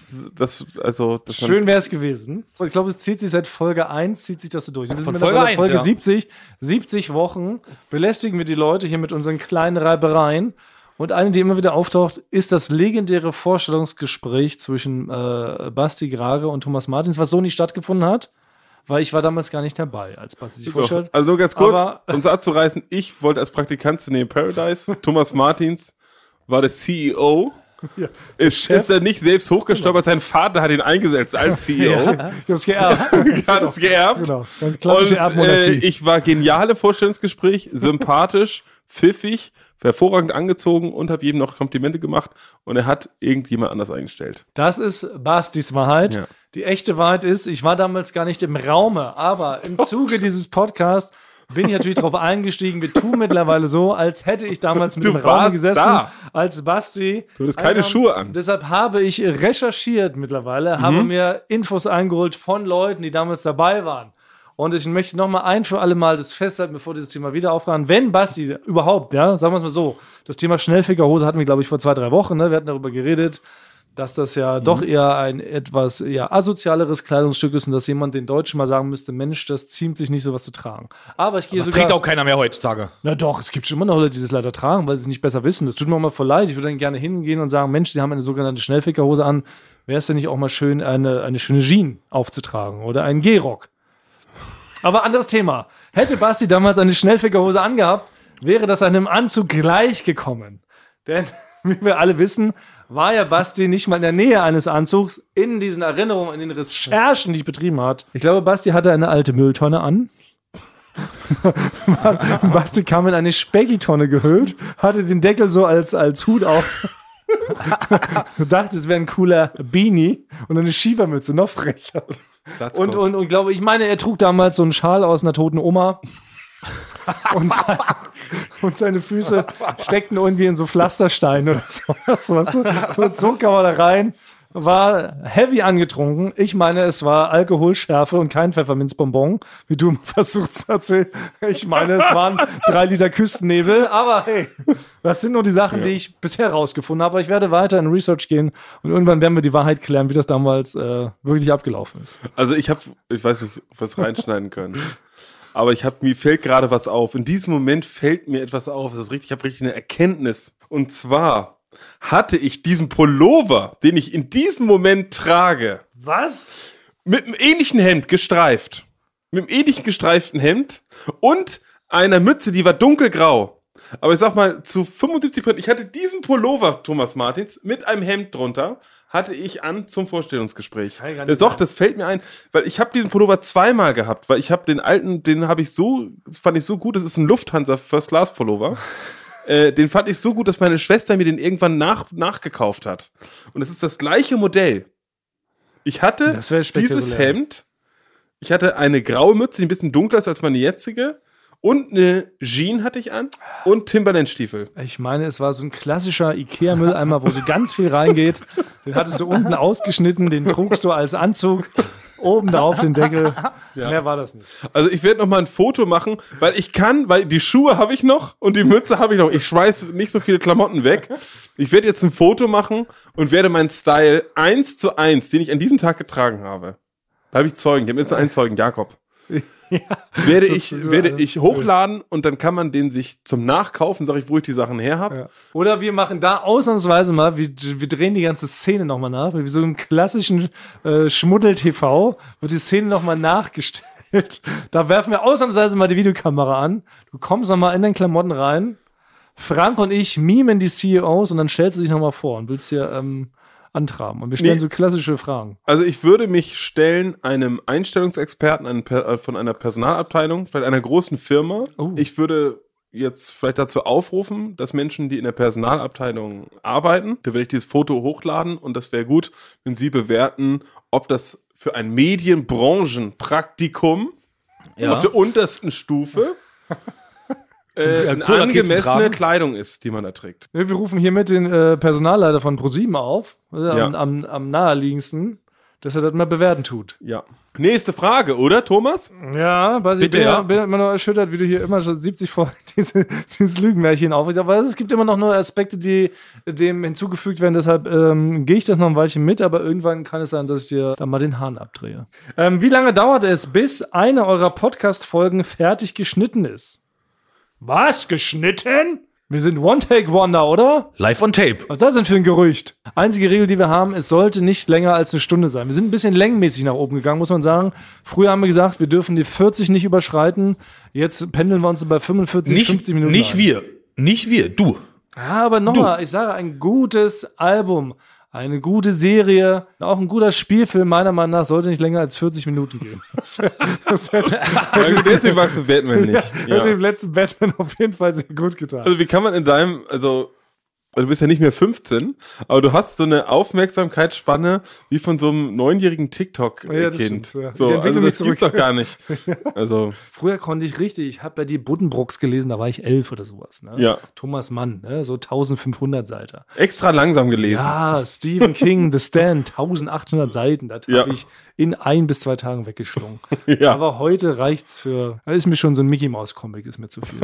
wäre es gewesen. Ich glaube, es zieht sich seit Folge 1, zieht sich das so durch. Wir sind Folge 1, Folge ja. 70 Wochen belästigen wir die Leute hier mit unseren kleinen Reibereien. Und eine, die immer wieder auftaucht, ist das legendäre Vorstellungsgespräch zwischen Basti Grage und Thomas Martins, was so nicht stattgefunden hat, weil ich war damals gar nicht dabei, als Basti sich vorstellt. Also nur ganz kurz, Aber, um es abzureißen, ich wollte als Praktikant zu Name Paradise, Thomas Martins war der CEO. Ja. Ist er nicht selbst hochgestolpert, sein Vater hat ihn eingesetzt als CEO. Ich hab's geerbt. Hat es geerbt. Genau, ganz klassische Und Erbmonarchie. ich war geniale Vorstellungsgespräch, sympathisch, pfiffig, hervorragend angezogen und habe jedem noch Komplimente gemacht und er hat irgendjemand anders eingestellt. Das ist Bastis Wahrheit. Ja. Die echte Wahrheit ist, ich war damals gar nicht im Raume, aber im Zuge dieses Podcasts bin ich natürlich darauf eingestiegen. Wir tun mittlerweile so, als hätte ich damals mit Du im Raum warst gesessen, da. als Basti. Du hattest keine Schuhe an. Deshalb habe ich recherchiert mittlerweile, habe mir Infos eingeholt von Leuten, die damals dabei waren. Und ich möchte noch mal ein für alle Mal das festhalten, bevor dieses Thema wieder aufragen. Wenn Basti überhaupt, ja, sagen wir es mal so, das Thema Schnellfickerhose hatten wir, glaube ich, vor 2-3 Wochen, ne? Wir hatten darüber geredet, dass das ja doch eher ein etwas asozialeres Kleidungsstück ist und dass jemand den Deutschen mal sagen müsste, Mensch, das ziemt sich nicht, sowas zu tragen. Aber ich gehe Das sogar... trägt auch keiner mehr heutzutage. Na doch, es gibt schon immer noch Leute, die das leider tragen, weil sie es nicht besser wissen. Das tut mir auch mal voll leid. Ich würde dann gerne hingehen und sagen, Mensch, sie haben eine sogenannte Schnellfickerhose an. Wäre es denn nicht auch mal schön, eine schöne Jeans aufzutragen oder einen Gehrock? Aber anderes Thema. Hätte Basti damals eine Schnellfickerhose angehabt, wäre das einem Anzug gleich gekommen. Denn, wie wir alle wissen, war ja Basti nicht mal in der Nähe eines Anzugs in diesen Erinnerungen, in den Recherchen, die ich betrieben hat. Ich glaube, Basti hatte eine alte Mülltonne an. Basti kam in eine Spaghetti-Tonne gehüllt, hatte den Deckel so als Hut auf. Du dachtest, es wäre ein cooler Beanie und eine Schiebermütze, noch frecher. Und glaube, ich meine, er trug damals so einen Schal aus einer toten Oma. Und seine Füße steckten irgendwie in so Pflastersteine oder sowas. Weißt du? Und so kam er da rein, war heavy angetrunken. Ich meine, es war Alkoholschärfe und kein Pfefferminzbonbon, wie du versuchst zu erzählen. Ich meine, es waren 3 Liter Küstennebel. Aber hey, das sind nur die Sachen, die ich bisher rausgefunden habe. Aber ich werde weiter in Research gehen und irgendwann werden wir die Wahrheit klären, wie das damals wirklich abgelaufen ist. Also ich weiß nicht, ob wir es reinschneiden können. Aber mir fällt gerade was auf. In diesem Moment fällt mir etwas auf. Das ist richtig, ich habe richtig eine Erkenntnis. Und zwar hatte ich diesen Pullover, den ich in diesem Moment trage, Was? mit einem ähnlichen Hemd gestreift. Mit einem ähnlichen gestreiften Hemd und einer Mütze, die war dunkelgrau. Aber ich sag mal, zu 75%, ich hatte diesen Pullover, Thomas Martins, mit einem Hemd drunter, hatte ich an zum Vorstellungsgespräch. Doch, das fällt mir ein, weil ich habe diesen Pullover 2-mal gehabt, weil ich habe den alten, fand ich so gut, das ist ein Lufthansa First Class Pullover. Den fand ich so gut, dass meine Schwester mir den irgendwann nachgekauft hat. Und es ist das gleiche Modell. Ich hatte Das wäre spektakulär. dieses Hemd, ich hatte eine graue Mütze, die ein bisschen dunkler ist als meine jetzige, und eine Jeans hatte ich an und Timberland-Stiefel. Ich meine, es war so ein klassischer Ikea-Mülleimer, wo so ganz viel reingeht. Den hattest du unten ausgeschnitten, den trugst du als Anzug oben drauf den Deckel. Mehr war das nicht. Also ich werde noch mal ein Foto machen, weil die Schuhe habe ich noch und die Mütze habe ich noch. Ich schmeiß nicht so viele Klamotten weg. Ich werde jetzt ein Foto machen und werde meinen Style 1:1, den ich an diesem Tag getragen habe. Da habe ich Zeugen. Ich habe jetzt einen Zeugen, Jakob. Werde ich hochladen und dann kann man den sich zum Nachkaufen, sag ich, wo ich die Sachen her habe. Ja. Oder wir machen da ausnahmsweise mal, wir drehen die ganze Szene nochmal nach, wie so im klassischen Schmuddel-TV wird die Szene nochmal nachgestellt. Da werfen wir ausnahmsweise mal die Videokamera an. Du kommst nochmal in den Klamotten rein. Frank und ich mimen die CEOs und dann stellst du dich nochmal vor und willst dir antraben. Und wir stellen so klassische Fragen. Also ich würde mich stellen einem Einstellungsexperten von einer Personalabteilung, vielleicht einer großen Firma. Ich würde jetzt vielleicht dazu aufrufen, dass Menschen, die in der Personalabteilung arbeiten, da werde ich dieses Foto hochladen und das wäre gut, wenn sie bewerten, ob das für ein Medienbranchenpraktikum auf der untersten Stufe eine angemessene Kleidung ist, die man da trägt. Wir rufen hiermit den Personalleiter von ProSieben auf, am naheliegendsten, dass er das mal bewerten tut. Ja. Nächste Frage, oder, Thomas? Ja, Basi, ich bin immer noch erschüttert, wie du hier immer schon 70 Folgen dieses Lügenmärchen aufregst. Aber es gibt immer noch nur Aspekte, die dem hinzugefügt werden. Deshalb gehe ich das noch ein Weilchen mit, aber irgendwann kann es sein, dass ich dir da mal den Hahn abdrehe. Wie lange dauert es, bis eine eurer Podcast-Folgen fertig geschnitten ist? Was? Geschnitten? Wir sind One-Take-Wonder, oder? Live on Tape. Was ist das denn für ein Gerücht? Einzige Regel, die wir haben, es sollte nicht länger als eine Stunde sein. Wir sind ein bisschen längenmäßig nach oben gegangen, muss man sagen. Früher haben wir gesagt, wir dürfen die 40 nicht überschreiten. Jetzt pendeln wir uns so bei 45, 50 Minuten Nicht wir, du. Ja, aber nochmal, ich sage, ein gutes Album, eine gute Serie, auch ein guter Spielfilm, meiner Meinung nach, sollte nicht länger als 40 Minuten gehen. Deswegen magst du Batman nicht. Hätte dem letzten Batman auf jeden Fall sehr gut getan. Also wie kann man du bist ja nicht mehr 15, aber du hast so eine Aufmerksamkeitsspanne wie von so einem 9-jährigen TikTok-Kind. Ja. So, also das gibt's doch gar nicht. Also früher konnte ich richtig, ich habe bei die Buddenbrooks gelesen, da war ich 11 oder sowas. Ne? Ja. Thomas Mann, ne? So 1500 Seiten. Extra langsam gelesen. Ja, Stephen King, The Stand, 1800 Seiten. Das habe ich in 1 bis 2 Tagen weggeschlungen. Ja. Aber heute reicht's das ist mir schon so ein Mickey-Maus-Comic, ist mir zu viel.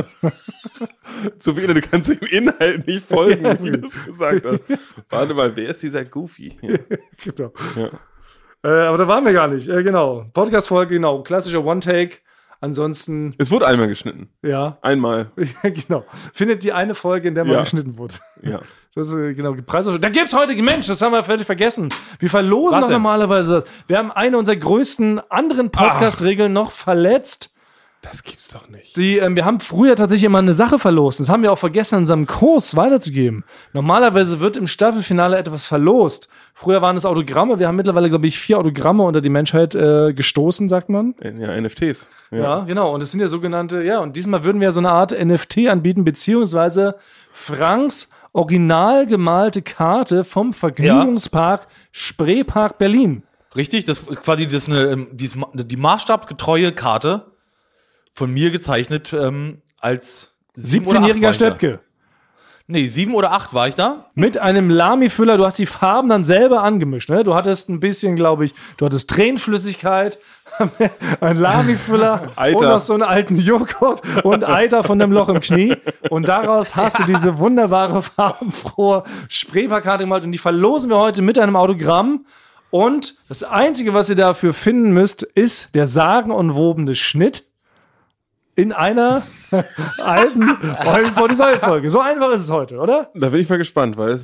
Zu viele, du kannst dem Inhalt nicht folgen, wie du es gesagt hast. Warte mal, wer ist dieser Goofy? Genau. Ja. Aber da waren wir gar nicht. Genau. Podcast-Folge, genau. Klassischer One-Take. Ansonsten. Es wurde einmal geschnitten. Ja. Einmal. Ja, genau. Findet die eine Folge, in der mal geschnitten wurde. Ja. Das ist genau. Da gibt's heute, Mensch, das haben wir völlig vergessen. Wir verlosen doch normalerweise das. Wir haben eine unserer größten anderen Podcast-Regeln noch verletzt. Das gibt's doch nicht. Wir haben früher tatsächlich immer eine Sache verlost. Das haben wir auch vergessen, in unserem Kurs weiterzugeben. Normalerweise wird im Staffelfinale etwas verlost. Früher waren es Autogramme. Wir haben mittlerweile, glaube ich, 4 Autogramme unter die Menschheit gestoßen, sagt man. Ja, NFTs. Ja, genau. Und es sind ja sogenannte, und diesmal würden wir so eine Art NFT anbieten, beziehungsweise Franks original gemalte Karte vom Vergnügungspark Spreepark Berlin. Richtig, das ist quasi die maßstabsgetreue Karte. Von mir gezeichnet als 17-jähriger Stöpke. Nee, 7 oder 8 war ich da. Mit einem Lami-Füller, du hast die Farben dann selber angemischt, ne? Du hattest ein bisschen, glaube ich, Tränenflüssigkeit, ein Lami-Füller und noch so einen alten Joghurt und Eiter von dem Loch im Knie. Und daraus hast du diese wunderbare, farbenfrohe Spreeparkkarte gemalt und die verlosen wir heute mit einem Autogramm. Und das Einzige, was ihr dafür finden müsst, ist der sagenumwobene Schnitt in einer alten Eulen vor die Säule-Folge. So einfach ist es heute, oder? Da bin ich mal gespannt, weil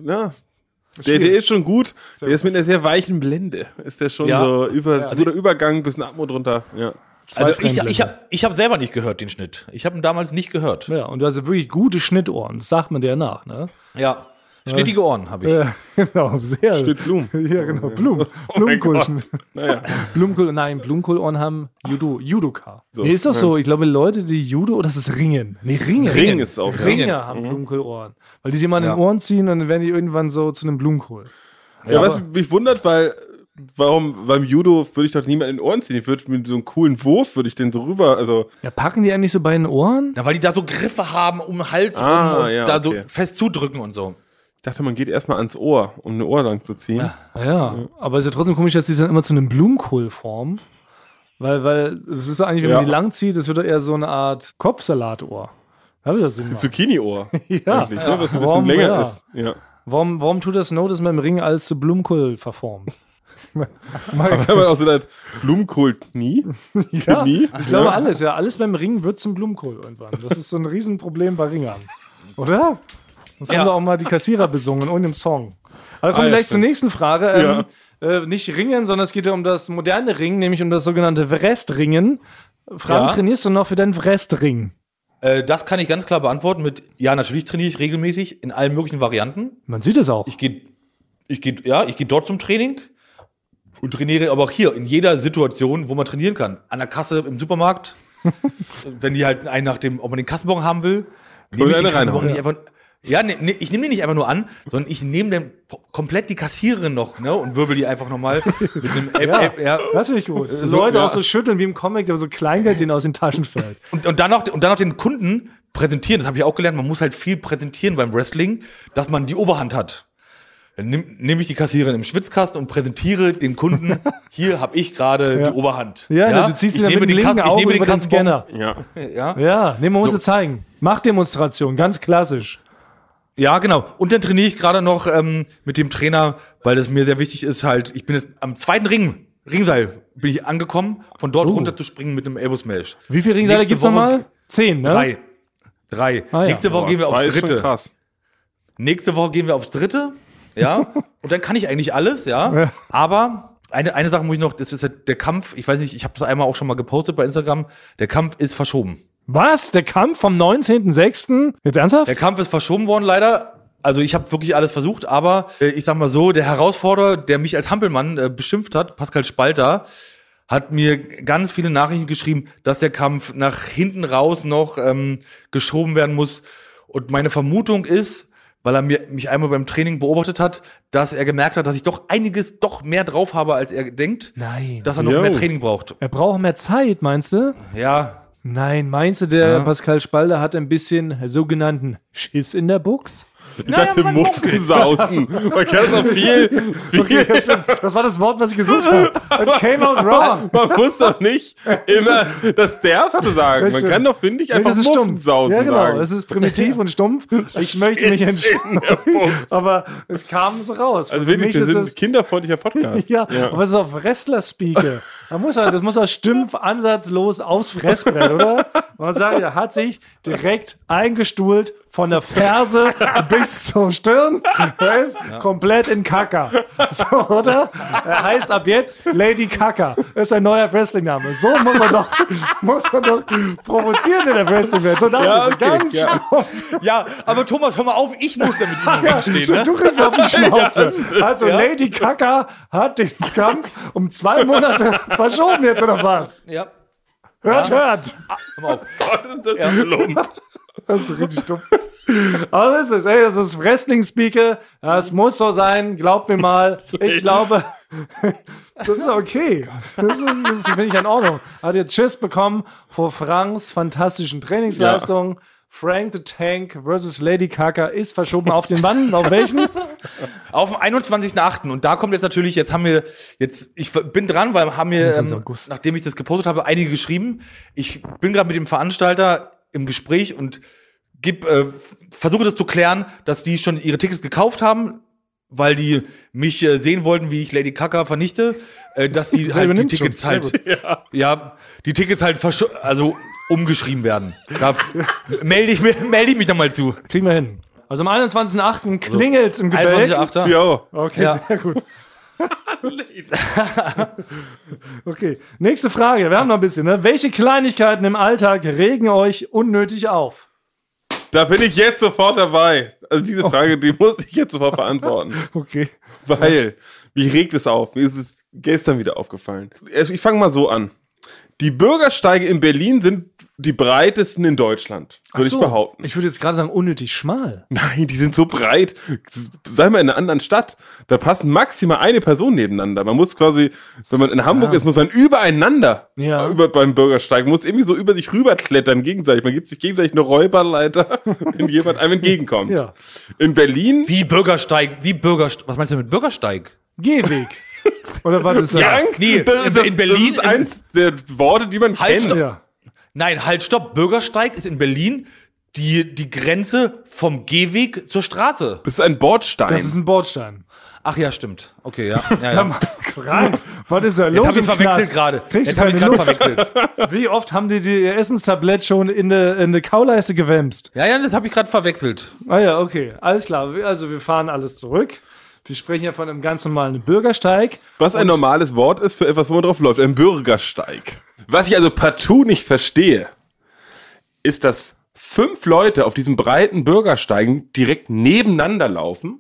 der ist schon gut. Der ist mit einer sehr weichen Blende. Ist der schon so der Übergang, bisschen Atmo drunter. Ja. Also ich hab selber nicht gehört, den Schnitt. Ich habe ihn damals nicht gehört. Ja, und du hast wirklich gute Schnittohren. Das sagt man dir nach, ne? Ja. Schnittige Ohren habe ich. Genau, sehr. Stück Blumen. Ja, genau, Blumen. mein Blumenkohl. Gott. Naja. Blumenkohlohren haben Judoka. So. Nee, ist doch so. Ich glaube, Leute, die Judo, das ist Ringen. Nee, Ringen. Ring ist auch. Ringer haben Blumenkohlohren. Weil die sich immer an den Ohren ziehen und dann werden die irgendwann so zu einem Blumenkohl. Ja, was mich wundert, warum beim Judo würde ich doch niemand in den Ohren ziehen. Ich würde mit so einem coolen Wurf, würde ich den so rüber, also. Ja, packen die eigentlich so bei den Ohren? Na, weil die da so Griffe haben um den Hals rum und ja, da okay. so fest zudrücken und so. Ich dachte, man geht erstmal ans Ohr, um eine Ohr lang zu ziehen. Ja, aber es ist ja trotzdem komisch, dass die dann immer zu einem Blumenkohl formen. Weil es ist doch eigentlich, wenn man die lang zieht, das wird doch eher so eine Art Kopfsalatohr. Da wird das Sinn machen. Zucchini-Ohr. Ja. Eigentlich, ne? Was ein bisschen Warum, länger ja. ist. Ja. Warum tut das Not, dass man im Ring alles zu Blumenkohl verformt? Kann man auch so das Blumenkohl-Knie? Ja, Knie? ich glaube alles, ja. Alles beim Ringen wird zum Blumenkohl irgendwann. Das ist so ein Riesenproblem bei Ringern. Oder? Das haben doch auch mal die Kassierer besungen und im Song. Aber kommen wir gleich zur nächsten Frage. Nicht Ringen, sondern es geht ja um das moderne Ringen, nämlich um das sogenannte Wrestringen. Frank, trainierst du noch für deinen Wrestring? Das kann ich ganz klar beantworten mit, ja, natürlich trainiere ich regelmäßig in allen möglichen Varianten. Man sieht es auch. Ich gehe dort zum Training und trainiere aber auch hier in jeder Situation, wo man trainieren kann. An der Kasse im Supermarkt, wenn die halt einen ob man den Kassenbon haben will, nehme ich den Kassenbon nicht einfach. Ja, ich nehme den nicht einfach nur an, sondern ich nehme dann komplett die Kassiererin noch, ne, und wirbel die einfach nochmal mit einem Das finde ich gut. So Leute auch so schütteln wie im Comic, der so Kleingeld denen aus den Taschen fällt. Und dann noch den Kunden präsentieren. Das habe ich auch gelernt. Man muss halt viel präsentieren beim Wrestling, dass man die Oberhand hat. Dann nehme ich die Kassiererin im Schwitzkasten und präsentiere dem Kunden, hier habe ich gerade die Oberhand. Ja, du ziehst sie dann mit dem linken Auge über den Scanner. Ja, man muss es zeigen. Machtdemonstration, ganz klassisch. Ja, genau. Und dann trainiere ich gerade noch mit dem Trainer, weil das mir sehr wichtig ist, halt, ich bin jetzt am zweiten Ringseil bin ich angekommen, von dort runter zu springen mit einem Elbow Smash. Wie viele Ringseile gibt's nochmal? 10, ne? 3. Ah, ja. Nächste Woche gehen wir aufs dritte. Krass. Nächste Woche gehen wir aufs dritte, ja. Und dann kann ich eigentlich alles, ja. Aber eine Sache muss ich noch, das ist halt der Kampf, ich weiß nicht, ich habe das einmal auch schon mal gepostet bei Instagram, der Kampf ist verschoben. Was? Der Kampf vom 19.06.? Jetzt ernsthaft? Der Kampf ist verschoben worden, leider. Also ich habe wirklich alles versucht, aber ich sag mal so, der Herausforderer, der mich als Hampelmann beschimpft hat, Pascal Spalter, hat mir ganz viele Nachrichten geschrieben, dass der Kampf nach hinten raus noch geschoben werden muss. Und meine Vermutung ist, weil er mich einmal beim Training beobachtet hat, dass er gemerkt hat, dass ich doch einiges mehr drauf habe, als er denkt. Nein. Dass er noch mehr Training braucht. Er braucht mehr Zeit, meinst du? Ja. Nein, meinst du, der Pascal Spalter hat ein bisschen sogenannten Schiss in der Buchs? Ich dachte Muffensausen. Man kann so viel. Okay, ja, stimmt. Das war das Wort, was ich gesucht habe. It came out wrong. Man muss doch nicht immer das Derbste sagen. Man kann doch, finde ich, einfach Muffensausen Ja, genau. sagen. Es ist primitiv und stumpf. Ich möchte mich entschuldigen. Aber es kam so raus. Also wirklich, wir sind ein kinderfreundlicher Podcast. Ja, aber es ist auf Wrestler-Speake. Das muss er stumpf ansatzlos aufs Fressbrett, oder? Man sagt, er hat sich direkt eingestuhlt von der Ferse bis zur Stirn. Er ist komplett in Kacker. So, oder? Er heißt ab jetzt Lady Kacker. Das ist ein neuer Wrestling-Name. So muss man doch provozieren in der Wrestling-Welt. So ganz stumpf. Ja, aber Thomas, hör mal auf, ich muss da mit ihm stehen, ne? Du kriegst auf die Schnauze. Also Lady Kacker hat den Kampf um 2 Monate verschoben jetzt, oder was? Ja. Hört. Hör mal auf. Gott, ist das plump. Das ist richtig dumm. Aber das ist es. Ey, das ist Wrestling-Speaker. Das muss so sein. Glaubt mir mal. Ich glaube, das ist okay. Das finde ich in Ordnung. Hat jetzt Schiss bekommen vor Franks fantastischen Trainingsleistungen. Frank the Tank versus Lady Kacker ist verschoben auf den Wann? Auf welchen? Auf dem 21.8. Und da kommt jetzt natürlich, ich bin dran, weil haben mir, nachdem ich das gepostet habe, einige geschrieben. Ich bin gerade mit dem Veranstalter im Gespräch und versuche das zu klären, dass die schon ihre Tickets gekauft haben, weil die mich sehen wollten, wie ich Lady Kacker vernichte, dass die halt die Tickets die Tickets halt umgeschrieben werden. Da melde ich mich dann mal zu. Kriegen wir hin. Also am 21.8. klingelt's im Gebälk. 21.8. Ja. Okay, sehr gut. Okay, nächste Frage. Wir haben noch ein bisschen. Ne? Welche Kleinigkeiten im Alltag regen euch unnötig auf? Da bin ich jetzt sofort dabei. Also diese Frage, die muss ich jetzt sofort beantworten. Okay. Weil, mich regt es auf. Mir ist es gestern wieder aufgefallen. Ich fange mal so an. Die Bürgersteige in Berlin sind die breitesten in Deutschland, würde ich behaupten. Ich würde jetzt gerade sagen, unnötig schmal. Nein, die sind so breit. Sei mal in einer anderen Stadt. Da passen maximal eine Person nebeneinander. Man muss quasi, wenn man in Hamburg ist, muss man übereinander beim Bürgersteig, muss irgendwie so über sich rüberklettern gegenseitig. Man gibt sich gegenseitig eine Räuberleiter, wenn jemand einem entgegenkommt. Ja. In Berlin... Was meinst du mit Bürgersteig? Gehweg. Oder was ist das? Ja, Nee, in Berlin- Das ist eins der Worte, die man Halt, kennt. Ja. Nein, halt, stopp. Bürgersteig ist in Berlin die Grenze vom Gehweg zur Straße. Das ist ein Bordstein. Das ist ein Bordstein. Ach ja, stimmt. Okay, ja. Sag mal, Frank, was ist da los? Jetzt habe ich im verwechselt Knast? gerade. Kriegst Jetzt du habe ich keine gerade Luft? verwechselt. Wie oft haben die ihr Essenstablett schon in eine Kauleiste gewämst? Ja, das habe ich gerade verwechselt. Ah ja, okay. Alles klar. Also wir fahren alles zurück. Wir sprechen ja von einem ganz normalen Bürgersteig. Was ein normales Wort ist für etwas, wo man drauf läuft. Ein Bürgersteig. Was ich also partout nicht verstehe, ist, dass 5 Leute auf diesem breiten Bürgersteigen direkt nebeneinander laufen.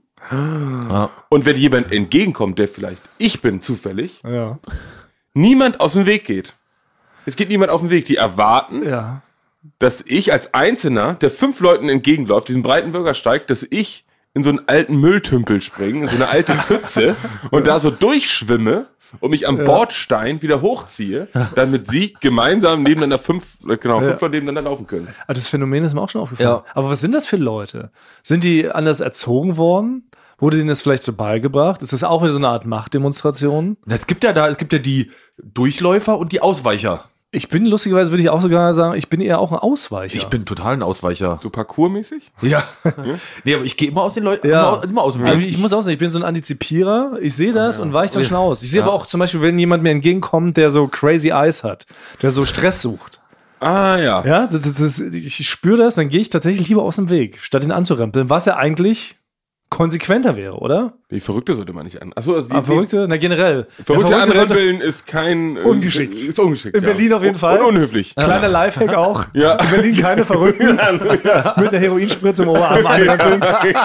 Und wenn jemand entgegenkommt, der vielleicht ich bin zufällig, Ja. niemand aus dem Weg geht. Es geht niemand auf den Weg. Die erwarten, Ja. dass ich als Einzelner, der 5 Leuten entgegenläuft, diesen breiten Bürgersteig, dass ich in so einen alten Mülltümpel springe, in so eine alte Pfütze und da so durchschwimme und mich am Bordstein wieder hochziehe, damit sie gemeinsam nebeneinander 5 Leute nebeneinander laufen können. Aber das Phänomen ist mir auch schon aufgefallen. Ja. Aber was sind das für Leute? Sind die anders erzogen worden? Wurde denen das vielleicht so beigebracht? Ist das auch wieder so eine Art Machtdemonstration? Es gibt ja die Durchläufer und die Ausweicher. Ich bin, lustigerweise würde ich auch sogar sagen, ich bin eher auch ein Ausweicher. Ich bin total ein Ausweicher. So parkourmäßig? Ja. Nee, aber ich gehe immer aus den Leuten, Ja. immer aus dem Aber Weg. ich muss auch sagen, ich bin so ein Antizipierer. Ich sehe das und weiche dann schon aus. Ich sehe aber auch zum Beispiel, wenn jemand mir entgegenkommt, der so crazy eyes hat, der so Stress sucht. Ah ja. Ja, ich spüre das, dann gehe ich tatsächlich lieber aus dem Weg, statt ihn anzurempeln, was ja eigentlich konsequenter wäre, oder? Die Verrückte sollte man nicht an. Achso, also Verrückte? Na, generell. Verrückte Der sollte- anrempeln ist kein... Ungeschickt. Ist ungeschickt, In Berlin auf jeden Fall. Und unhöflich. Kleiner Lifehack auch. Ja. In Berlin keine Verrückten. Mit einer Heroinspritze im Oberarm anrempeln.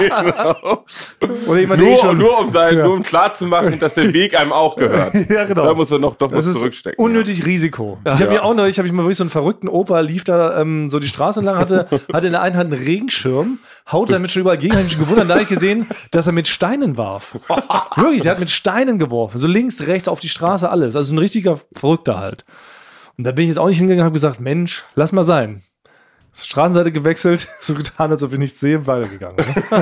Genau. Oder jemand, der Nur um klar zu machen, dass der Weg einem auch gehört. Ja, genau. Da muss man doch Das was ist zurückstecken. unnötig Risiko. Ich habe mir auch neulich, habe ich mal wirklich so einen verrückten Opa, lief da so die Straße entlang, hatte in der einen Hand einen Regenschirm, haut damit schon überall gegen, habe ich mich gewundert, da habe ich gesehen, dass er mit Steinen warf. Wirklich, der hat mit Steinen geworfen, so links, rechts auf die Straße, alles. Also ein richtiger Verrückter halt. Und da bin ich jetzt auch nicht hingegangen und habe gesagt, Mensch, lass mal sein. Straßenseite gewechselt, so getan, als ob ich nichts sehe, weitergegangen.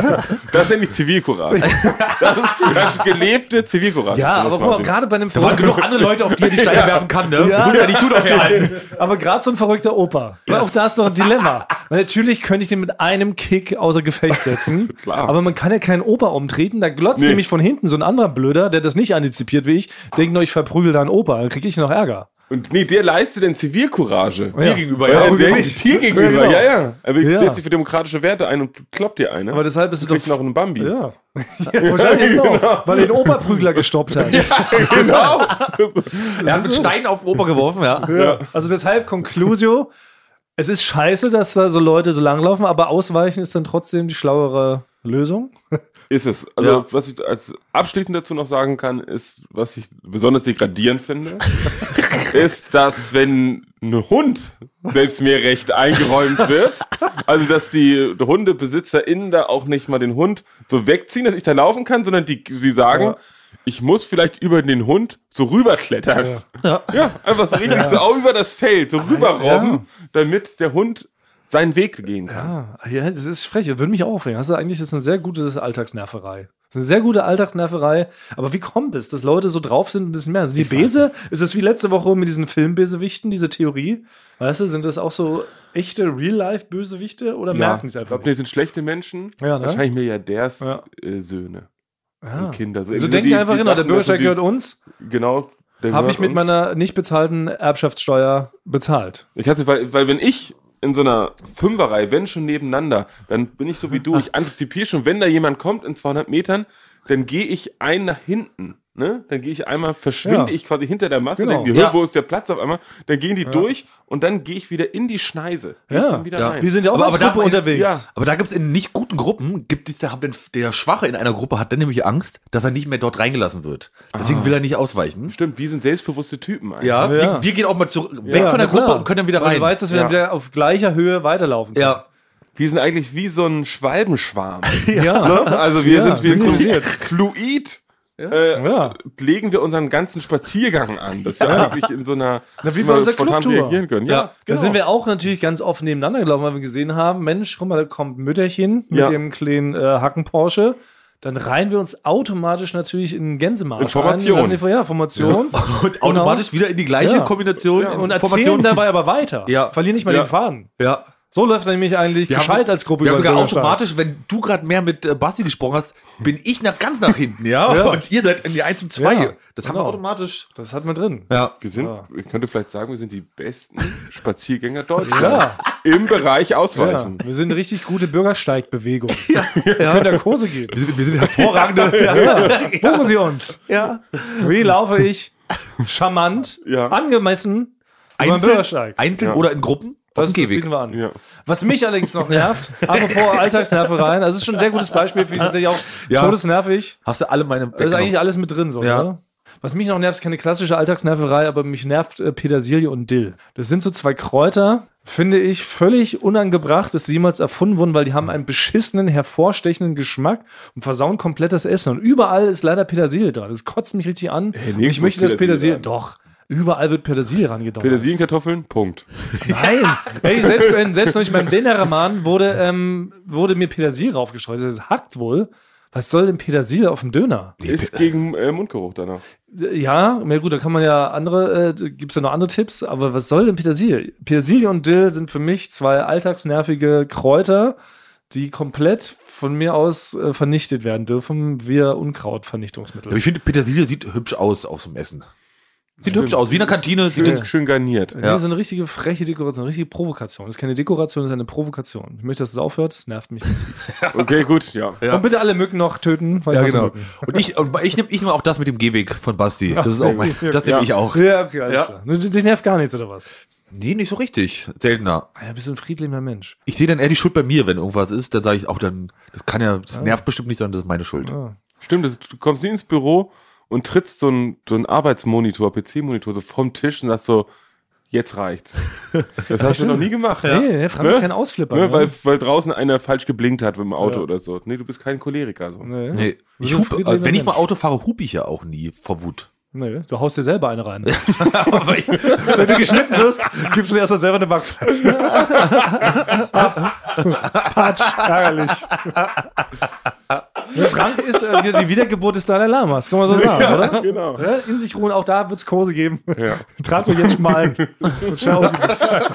Das nenne ich Zivilcourage. Das ist gelebte Zivilcourage. Ja, aber guck mal, gerade bei einem Da waren genug andere Leute, auf die er die Steine werfen kann, ne? Ja. Muss ja nicht du doch herhalten. Aber gerade so ein verrückter Opa. Weil auch da ist doch ein Dilemma. Weil natürlich könnte ich den mit einem Kick außer Gefecht setzen. Klar. Aber man kann ja keinen Opa umtreten. Da glotzt Nee. nämlich von hinten so ein anderer Blöder, der das nicht antizipiert wie ich. Denkt nur, ich verprügel da einen Opa. Dann kriege ich noch Ärger. Und nee, der leistet denn Zivilcourage. Ja. gegenüber, Ja, ja. der richtig. Tier gegenüber, Ja, genau. ja. Er Ja. setzt sich für demokratische Werte ein und kloppt dir eine. Aber deshalb ist es kriegt doch... noch einen Bambi. Ja. Ja, wahrscheinlich genau. Weil er den Oberprügler gestoppt hat. Genau. Er hat mit Steinen auf den Opa geworfen, ja. Ja. Also deshalb, Conclusio, es ist scheiße, dass da so Leute so langlaufen, aber ausweichen ist dann trotzdem die schlauere Lösung. Ist es. Also, Ja. was ich als abschließend dazu noch sagen kann, ist, was ich besonders degradierend finde, ist, dass wenn ein Hund selbst mir Recht eingeräumt wird, also dass die HundebesitzerInnen da auch nicht mal den Hund so wegziehen, dass ich da laufen kann, sondern sie sagen, ich muss vielleicht über den Hund so rüberklettern. Ja, einfach so richtig so auch über das Feld, so rüberrobben, damit der Hund seinen Weg gehen kann. Ja, das ist frech. Das würde mich auch aufregen. Das ist eine sehr gute Alltagsnerverei. Das ist eine sehr gute Alltagsnerverei. Aber wie kommt es, dass Leute so drauf sind und das nicht mehr? Also die Bese, ist es wie letzte Woche mit diesen Filmbösewichten, diese Theorie? Weißt du, sind das auch so echte Real-Life-Bösewichte oder merken die es Ich einfach glaube, die sind schlechte Menschen. Ja, ne? Wahrscheinlich Milliardärs Ja. Söhne. Und Kinder. So So irgendwie denken die- einfach, die genau, der dachten, Bürgersteig dass gehört uns, Genau. der habe gehört ich mit uns. meiner nicht bezahlten Erbschaftssteuer bezahlt. Ich hatte, weil wenn ich in so einer Fünferreihe, wenn schon nebeneinander, dann bin ich so wie du, ich antizipiere schon, wenn da jemand kommt in 200 Metern, dann gehe ich einen nach hinten. ne? Dann gehe ich einmal, verschwinde ich quasi hinter der Masse, Genau. denke, wo ist der Platz auf einmal? Dann gehen die durch und dann gehe ich wieder in die Schneise. Gehe ich dann wieder rein. Wir sind ja auch Aber als da- Gruppe unterwegs. Ja. Aber da gibt es in nicht guten Gruppen, der Schwache in einer Gruppe hat dann nämlich Angst, dass er nicht mehr dort reingelassen wird. Deswegen will er nicht ausweichen. Stimmt, wir sind selbstbewusste Typen eigentlich. Ja, Ja. wir gehen auch mal weg Ja, von der na klar. Gruppe und können dann wieder Weil rein. du weißt, dass wir dann wieder auf gleicher Höhe weiterlaufen können. Ja. Wir sind eigentlich wie so ein Schwalbenschwarm. Ja. Ne? Also wir sind so synchronisiert. fluid. Ja. Legen wir unseren ganzen Spaziergang an, dass wir eigentlich in so einer Na, wie bei immer unserer spontan Clubtour. reagieren können. Ja. Da sind wir auch natürlich ganz offen nebeneinander gelaufen, weil wir gesehen haben, Mensch, guck mal, da kommt Mütterchen mit Ja. dem kleinen Hacken-Porsche. Dann reihen wir uns automatisch natürlich in Gänsemarsch In Formation. Ein. Ja, Formation. Und automatisch wieder in die gleiche Ja. Kombination. Genau. Und Formation. erzählen dabei aber weiter. Ja. Verlieren nicht mal Ja. den Faden. Ja. So läuft nämlich eigentlich gescheit als Gruppe Wir haben über sogar den Bürgersteig. automatisch, wenn du gerade mehr mit Basti gesprochen hast, bin ich ganz nach hinten, ja? Ja. Und ihr seid in die 1 und 2. Ja, Das haben wir genau. automatisch. Das hat man drin. Ja. Wir sind, Ja. ich könnte vielleicht sagen, wir sind die besten Spaziergänger Deutschlands im Bereich Ja. Ausweichen. Wir sind eine richtig gute Bürgersteigbewegung. Wir können da Kurse geben. Wir sind hervorragende. Buchen Sie uns. Ja. Wie laufe ich charmant, Ja. angemessen über den Bürgersteig? Einzeln Ja. oder in Gruppen? Auf Das dem Gehweg. bieten wir an. Ja. Was mich allerdings noch nervt, apropos Alltagsnervereien, das ist schon ein sehr gutes Beispiel, finde ich tatsächlich auch Ja. todesnervig. Hast du alle meine. Da ist eigentlich alles mit drin. So, Ja. ne? Was mich noch nervt, ist keine klassische Alltagsnerverei, aber mich nervt Petersilie und Dill. Das sind so zwei Kräuter, finde ich, völlig unangebracht, dass die jemals erfunden wurden, weil die haben einen beschissenen, hervorstechenden Geschmack und versauen komplett das Essen. Und überall ist leider Petersilie dran. Das kotzt mich richtig an. Und ich möchte, dass Petersilie, doch, überall wird Petersilie rangedonnert. Petersilienkartoffeln, Punkt. Nein, hey, selbst noch nicht beim Dänemark wurde mir Petersilie raufgestreut. Das hackt wohl. Was soll denn Petersilie auf dem Döner? Ist gegen Mundgeruch danach. Ja, na gut, da kann man ja gibt's ja noch andere Tipps, aber was soll denn Petersilie? Petersilie und Dill sind für mich zwei alltagsnervige Kräuter, die komplett von mir aus vernichtet werden dürfen, via Unkrautvernichtungsmittel. Ich finde, Petersilie sieht hübsch aus auf so einem Essen. Sieht hübsch aus, wie in der Kantine. Schön garniert. Das ist eine richtige freche Dekoration, eine richtige Provokation. Das ist keine Dekoration, das ist eine Provokation. Ich möchte, dass es aufhört, das nervt mich nicht. Okay, gut, ja. Und bitte alle Mücken noch töten. Weil Ja, ich hasse genau. Mücken. Und ich nehme auch das mit dem Gehweg von Basti. Das ist auch mein, das nehme Ja. ich auch. Ja, okay, alles Ja. klar. Dich nervt gar nichts, oder was? Nee, nicht so richtig. Seltener. Ja, bist du ein friedlicher Mensch. Ich sehe dann eher die Schuld bei mir, wenn irgendwas ist, dann sage ich auch dann, das nervt bestimmt nicht, sondern das ist meine Schuld. Stimmt, du kommst nie ins Büro und trittst so einen Arbeitsmonitor, PC-Monitor so vom Tisch und sagst so, jetzt reicht's. Das hast du noch nie gemacht. Nee, Frank ist kein Ausflipper. Ne? Ne? Weil draußen einer falsch geblinkt hat mit dem Auto oder so. Nee, du bist kein Choleriker. So. Nee. Nee, Wir sind friedlicher wenn ich mal Mensch. Auto fahre, hupe ich ja auch nie vor Wut. Nee, du haust dir selber eine rein. Wenn du geschnitten wirst, gibst du dir erstmal selber eine Backpfeife. Patsch, ärgerlich. Frank ist die Wiedergeburt des Dalai Lamas, kann man so sagen, oder? Genau. Ja, in sich ruhen, auch da wird es Kurse geben. Ja. Tragt euch jetzt schon mal ein. Und schnell ausgebildet sein.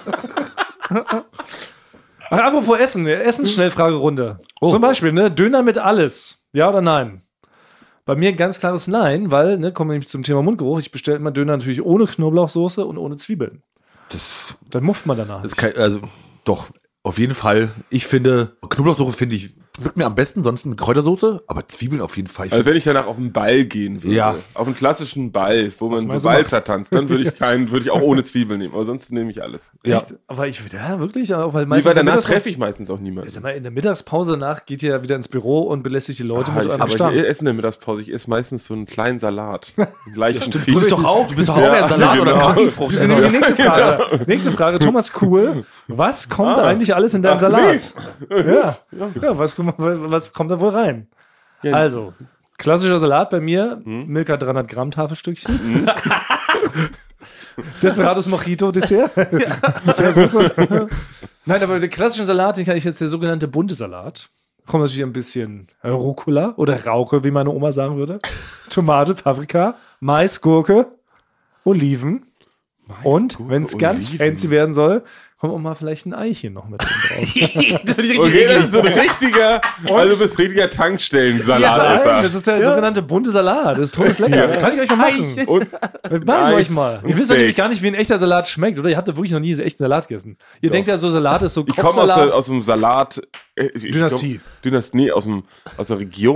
Ach, apropos Essen, Essensschnellfragerunde. Zum Beispiel, ne, Döner mit alles. Ja oder nein? Bei mir ein ganz klares Nein, weil, ne, kommen wir nämlich zum Thema Mundgeruch. Ich bestelle immer Döner natürlich ohne Knoblauchsoße und ohne Zwiebeln. Das Dann mufft man danach. ist also doch, auf jeden Fall. Ich finde, Knoblauchsoße wirkt mir am besten, sonst eine Kräutersoße, aber Zwiebeln auf jeden Fall. Also wenn ich danach auf einen Ball gehen würde, Ja. auf einen klassischen Ball, wo man man so so Walzer tanzt, dann würde ich auch ohne Zwiebeln nehmen. Aber sonst nehme ich alles. Echt? Aber ich würde, ja, wirklich? Auch weil Weil meistens danach in der treffe ich meistens auch niemanden. Sag mal, in der Mittagspause danach geht ihr ja wieder ins Büro und belästigt die Leute mit eurem Aber Stamm. ich esse in der Mittagspause, ich esse meistens so einen kleinen Salat. Leicht und Du bist doch auch eher Salat oder genau. Kaki-Frucht. Das ist nämlich die nächste Frage. Nächste Frage, Thomas Kuhl. Was kommt eigentlich alles in deinen Salat? Ja, was kommt da wohl rein? Ja. Also, klassischer Salat bei mir, Milka 300 Gramm Tafelstückchen. Desperados Mojito Dessert. Dessertsoße. Nein, aber der klassische Salat, den kann ich jetzt der sogenannte bunte Salat. Kommt natürlich ein bisschen Rucola oder Rauke, wie meine Oma sagen würde. Tomate, Paprika, Mais, Gurke, Oliven. Und wenn es ganz fancy werden soll, kommt auch mal vielleicht ein Eichen noch mit drin drauf. Das finde ich richtig Okay, das eklig. ist so ein richtiger, also du bist richtiger Tankstellen-Salat. Nein, das ist der sogenannte bunte Salat. Das ist todeslecker. Kann ich euch mal machen. Und Machen wir Ei euch mal. und Ihr wisst doch Steak. nämlich gar nicht, wie ein echter Salat schmeckt, oder? Ihr habt ja wirklich noch nie echten Salat gegessen. Ihr denkt ja, so Salat ist so ich komme Kopfsalat. aus dem Salat. Dynastie. Dynastie, nee, aus der Region.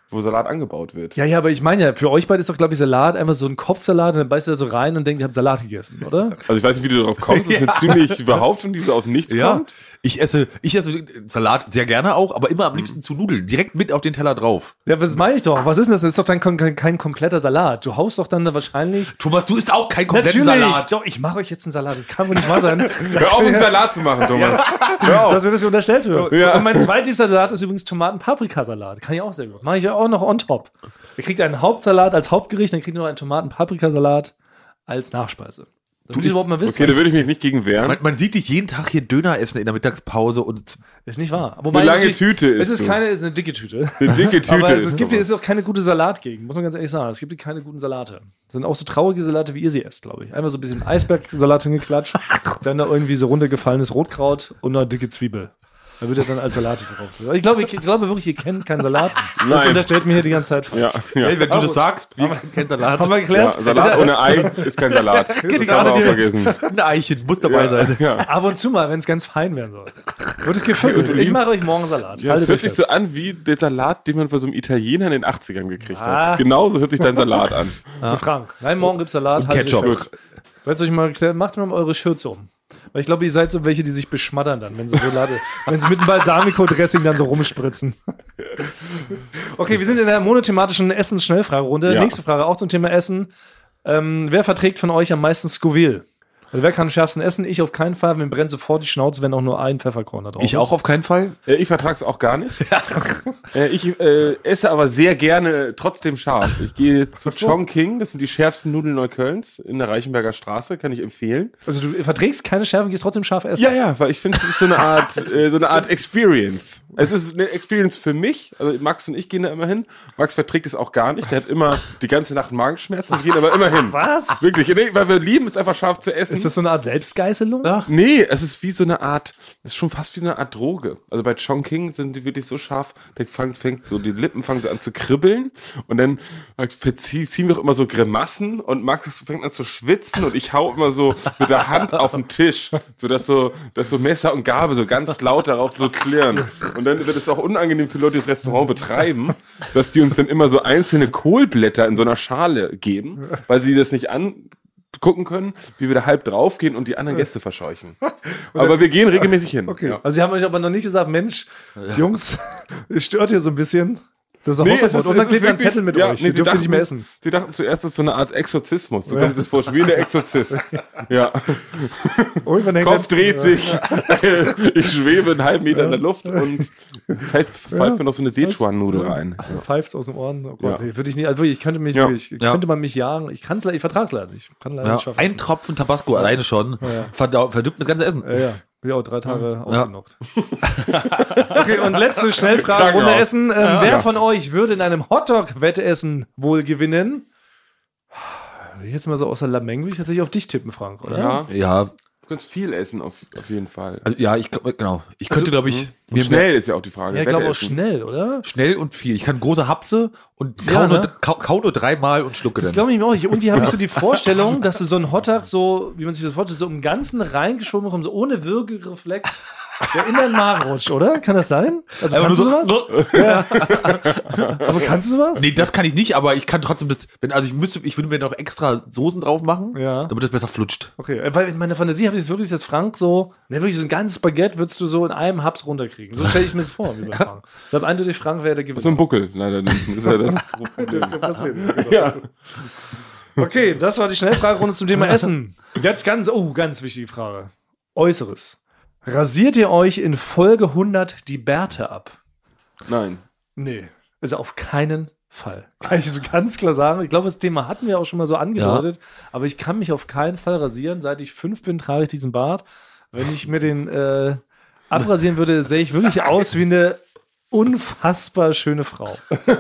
wo Salat angebaut wird. Ja, aber ich meine ja, für euch beide ist doch, glaube ich, Salat einfach so ein Kopfsalat und dann beißt ihr da so rein und denkt, ihr habt Salat gegessen, oder? Also ich weiß nicht, wie du darauf kommst. Das ist eine ziemlich Behauptung, die so aus dem Nichts kommt. Ich esse Salat sehr gerne auch, aber immer am liebsten zu Nudeln. Direkt mit auf den Teller drauf. Ja, das meine ich doch. Was ist denn das? Das ist doch dann kein kompletter Salat. Du haust doch dann da wahrscheinlich... Thomas, du isst auch keinen kompletten Natürlich. Salat. Doch, ich mache euch jetzt einen Salat. Das kann wohl nicht wahr sein. Hör auf, einen Salat zu machen, Thomas. Hör auf. Dass wir das unterstellt wird. Ja. Und mein zweitliebster Salat ist übrigens Tomaten-Paprikasalat. Kann ich auch sehr gut. Mache ich ja auch noch on top. Ihr kriegt einen Hauptsalat als Hauptgericht, dann kriegt ihr noch einen Tomaten-Paprikasalat als Nachspeise. Damit ihr überhaupt mal wisst. Okay, da würde ich mich nicht gegen wehren. Man sieht dich jeden Tag hier Döner essen in der Mittagspause und Ist nicht wahr. Eine lange Tüte ist ist es ist eine dicke Tüte. Eine dicke Tüte. Aber es ist gibt sowas. ist auch keine gute Salatgegend, muss man ganz ehrlich sagen. Es gibt keine guten Salate. Das sind auch so traurige Salate, wie ihr sie esst, glaube ich. Einfach so ein bisschen Eisbergsalat hingeklatscht, dann da irgendwie so runtergefallenes Rotkraut und eine dicke Zwiebel. Da wird er dann als Salat verkauft. Ich glaube wirklich, ihr kennt keinen Salat. Nein. Und das stellt mir hier die ganze Zeit vor. Ja, ja. Hey, wenn du das sagst, wir kennen Salat. Haben wir Ja, geklärt? Salat ohne Ei ist kein Salat. Das kann man gerade auch die- vergessen. Ein Eichen muss dabei sein. Ja. Ab und zu mal, wenn es ganz fein werden soll. Wird es gefüllt. Ich mache euch morgen Salat. Ja, das Haltet hört euch sich so fest. an wie der Salat, den man bei so einem Italiener in den 80ern gekriegt Ah. hat. Genauso hört sich dein Salat an. So Frank. Nein, morgen gibt's Salat. haltet Ketchup. euch fest. Setzt euch mal, macht mal eure Schürze um. Weil ich glaube, ihr seid so welche, die sich beschmattern dann, wenn sie wenn sie mit einem Balsamico-Dressing dann so rumspritzen. Okay, wir sind in der monothematischen Essens-Schnellfragerunde. Ja. Nächste Frage auch zum Thema Essen. Wer verträgt von euch am meisten Scoville? Also wer kann am schärfsten essen? Ich auf keinen Fall. Mir brennt sofort die Schnauze, wenn auch nur ein Pfefferkorn da drauf ist. Ich auch auf keinen Fall. Ich vertrage es auch gar nicht. Ich esse aber sehr gerne trotzdem scharf. Ich gehe zu Chongqing, das sind die schärfsten Nudeln Neuköllns in der Reichenberger Straße, kann ich empfehlen. Also du verträgst keine Schärfe, gehst trotzdem scharf essen? Ja, weil ich finde, es ist so eine Art Experience. Es ist eine Experience für mich. Also Max und ich gehen da immer hin. Max verträgt es auch gar nicht. Der hat immer die ganze Nacht Magenschmerzen. Wir gehen aber immer hin. Was? Wirklich, nee, weil wir lieben es einfach scharf zu essen. Ist das so eine Art Selbstgeißelung? Ja. Nee, es ist wie so eine Art, es ist schon fast wie so eine Art Droge. Also bei Chongqing sind die wirklich so scharf, der fängt so, die Lippen fangen so an zu kribbeln und dann ziehen wir auch immer so Grimassen und Max fängt an zu schwitzen und ich hau immer so mit der Hand auf den Tisch, dass so Messer und Gabel so ganz laut darauf so klirren. Und dann wird es auch unangenehm für Leute, die das Restaurant betreiben, dass die uns dann immer so einzelne Kohlblätter in so einer Schale geben, weil sie das nicht gucken können, wie wir da halb draufgehen und die anderen Gäste verscheuchen. Aber wir gehen regelmäßig hin. Okay. Ja. Also sie haben euch aber noch nicht gesagt, Mensch, Jungs, es stört hier so ein bisschen. Das ist ein Nee, Hausverbot. Und dann klebt ein Zettel mit euch. Nee, Ihr dürft ihr nicht mehr essen. Sie dachten zuerst, das ist so eine Art Exorzismus. Du kannst dir das vorstellen, wie der Exorzist. Ja. Irgendwann hängt Kopf das- dreht sich, ich schwebe einen halben Meter in der Luft und pfeift mir noch so eine Sichuan-Nudel rein. Pfeift aus den Ohren. Oh Gott, Ja. ich würde ich nicht, also wirklich, ich könnte mich, Ja. könnte man mich jagen. Ich vertrage es leider nicht. Ich kann leider Ja, nicht schaffen. ein Tropfen Tabasco alleine schon verdirbt das ganze Essen. Ja. Bin ja auch 3 Tage ausgenockt. Okay, und letzte Schnellfrage-Runde Krankenhaus. essen. Wer von euch würde in einem Hotdog-Wettessen wohl gewinnen? Wenn ich jetzt mal so außer Lameng, würde ich tatsächlich auf dich tippen, Frank, oder? Ja. Ja, Du kannst viel essen, auf jeden Fall. also ja, genau. Ich könnte, glaube ich, Und schnell ist ja auch die Frage. Ja, ich glaube auch Wettessen. schnell, oder? schnell und viel. Ich kann große Hapse und Ja, ne? kau nur 3-mal und schlucke Das dann. glaube ich mir auch. Irgendwie habe ich so die Vorstellung, dass du so einen Hotdog so, wie man sich das vorstellt, so im Ganzen reingeschoben bekommst, so ohne Würgereflex, der in deinen Magen rutscht, oder? Kann das sein? Also Einfach kannst du nur sowas? so- Aber kannst du sowas? Nee, das kann ich nicht, aber ich kann trotzdem ich würde mir noch extra Soßen drauf machen, Ja. damit das besser flutscht. Okay, weil in meiner Fantasie habe ich es wirklich, dass Frank so, wirklich so ein ganzes Baguette würdest du so in einem Haps runterkriegen. So stelle ich mir das vor, wie bei Frank. Deshalb eindeutig Frank wäre der Gewinner. So ein Buckel, leider nicht. Das ist ja das Problem. kann passieren. Ja. Okay, das war die Schnellfragerunde zum Thema Essen. Jetzt ganz wichtige Frage. Äußeres. Rasiert ihr euch in Folge 100 die Bärte ab? Nein. Nee, also auf keinen Fall. Kann ich so ganz klar sagen. Ich glaube, das Thema hatten wir auch schon mal so angedeutet, aber ich kann mich auf keinen Fall rasieren. Seit ich 5 bin, trage ich diesen Bart. Wenn ich mir den abrasieren würde, sähe ich wirklich aus wie eine unfassbar schöne Frau.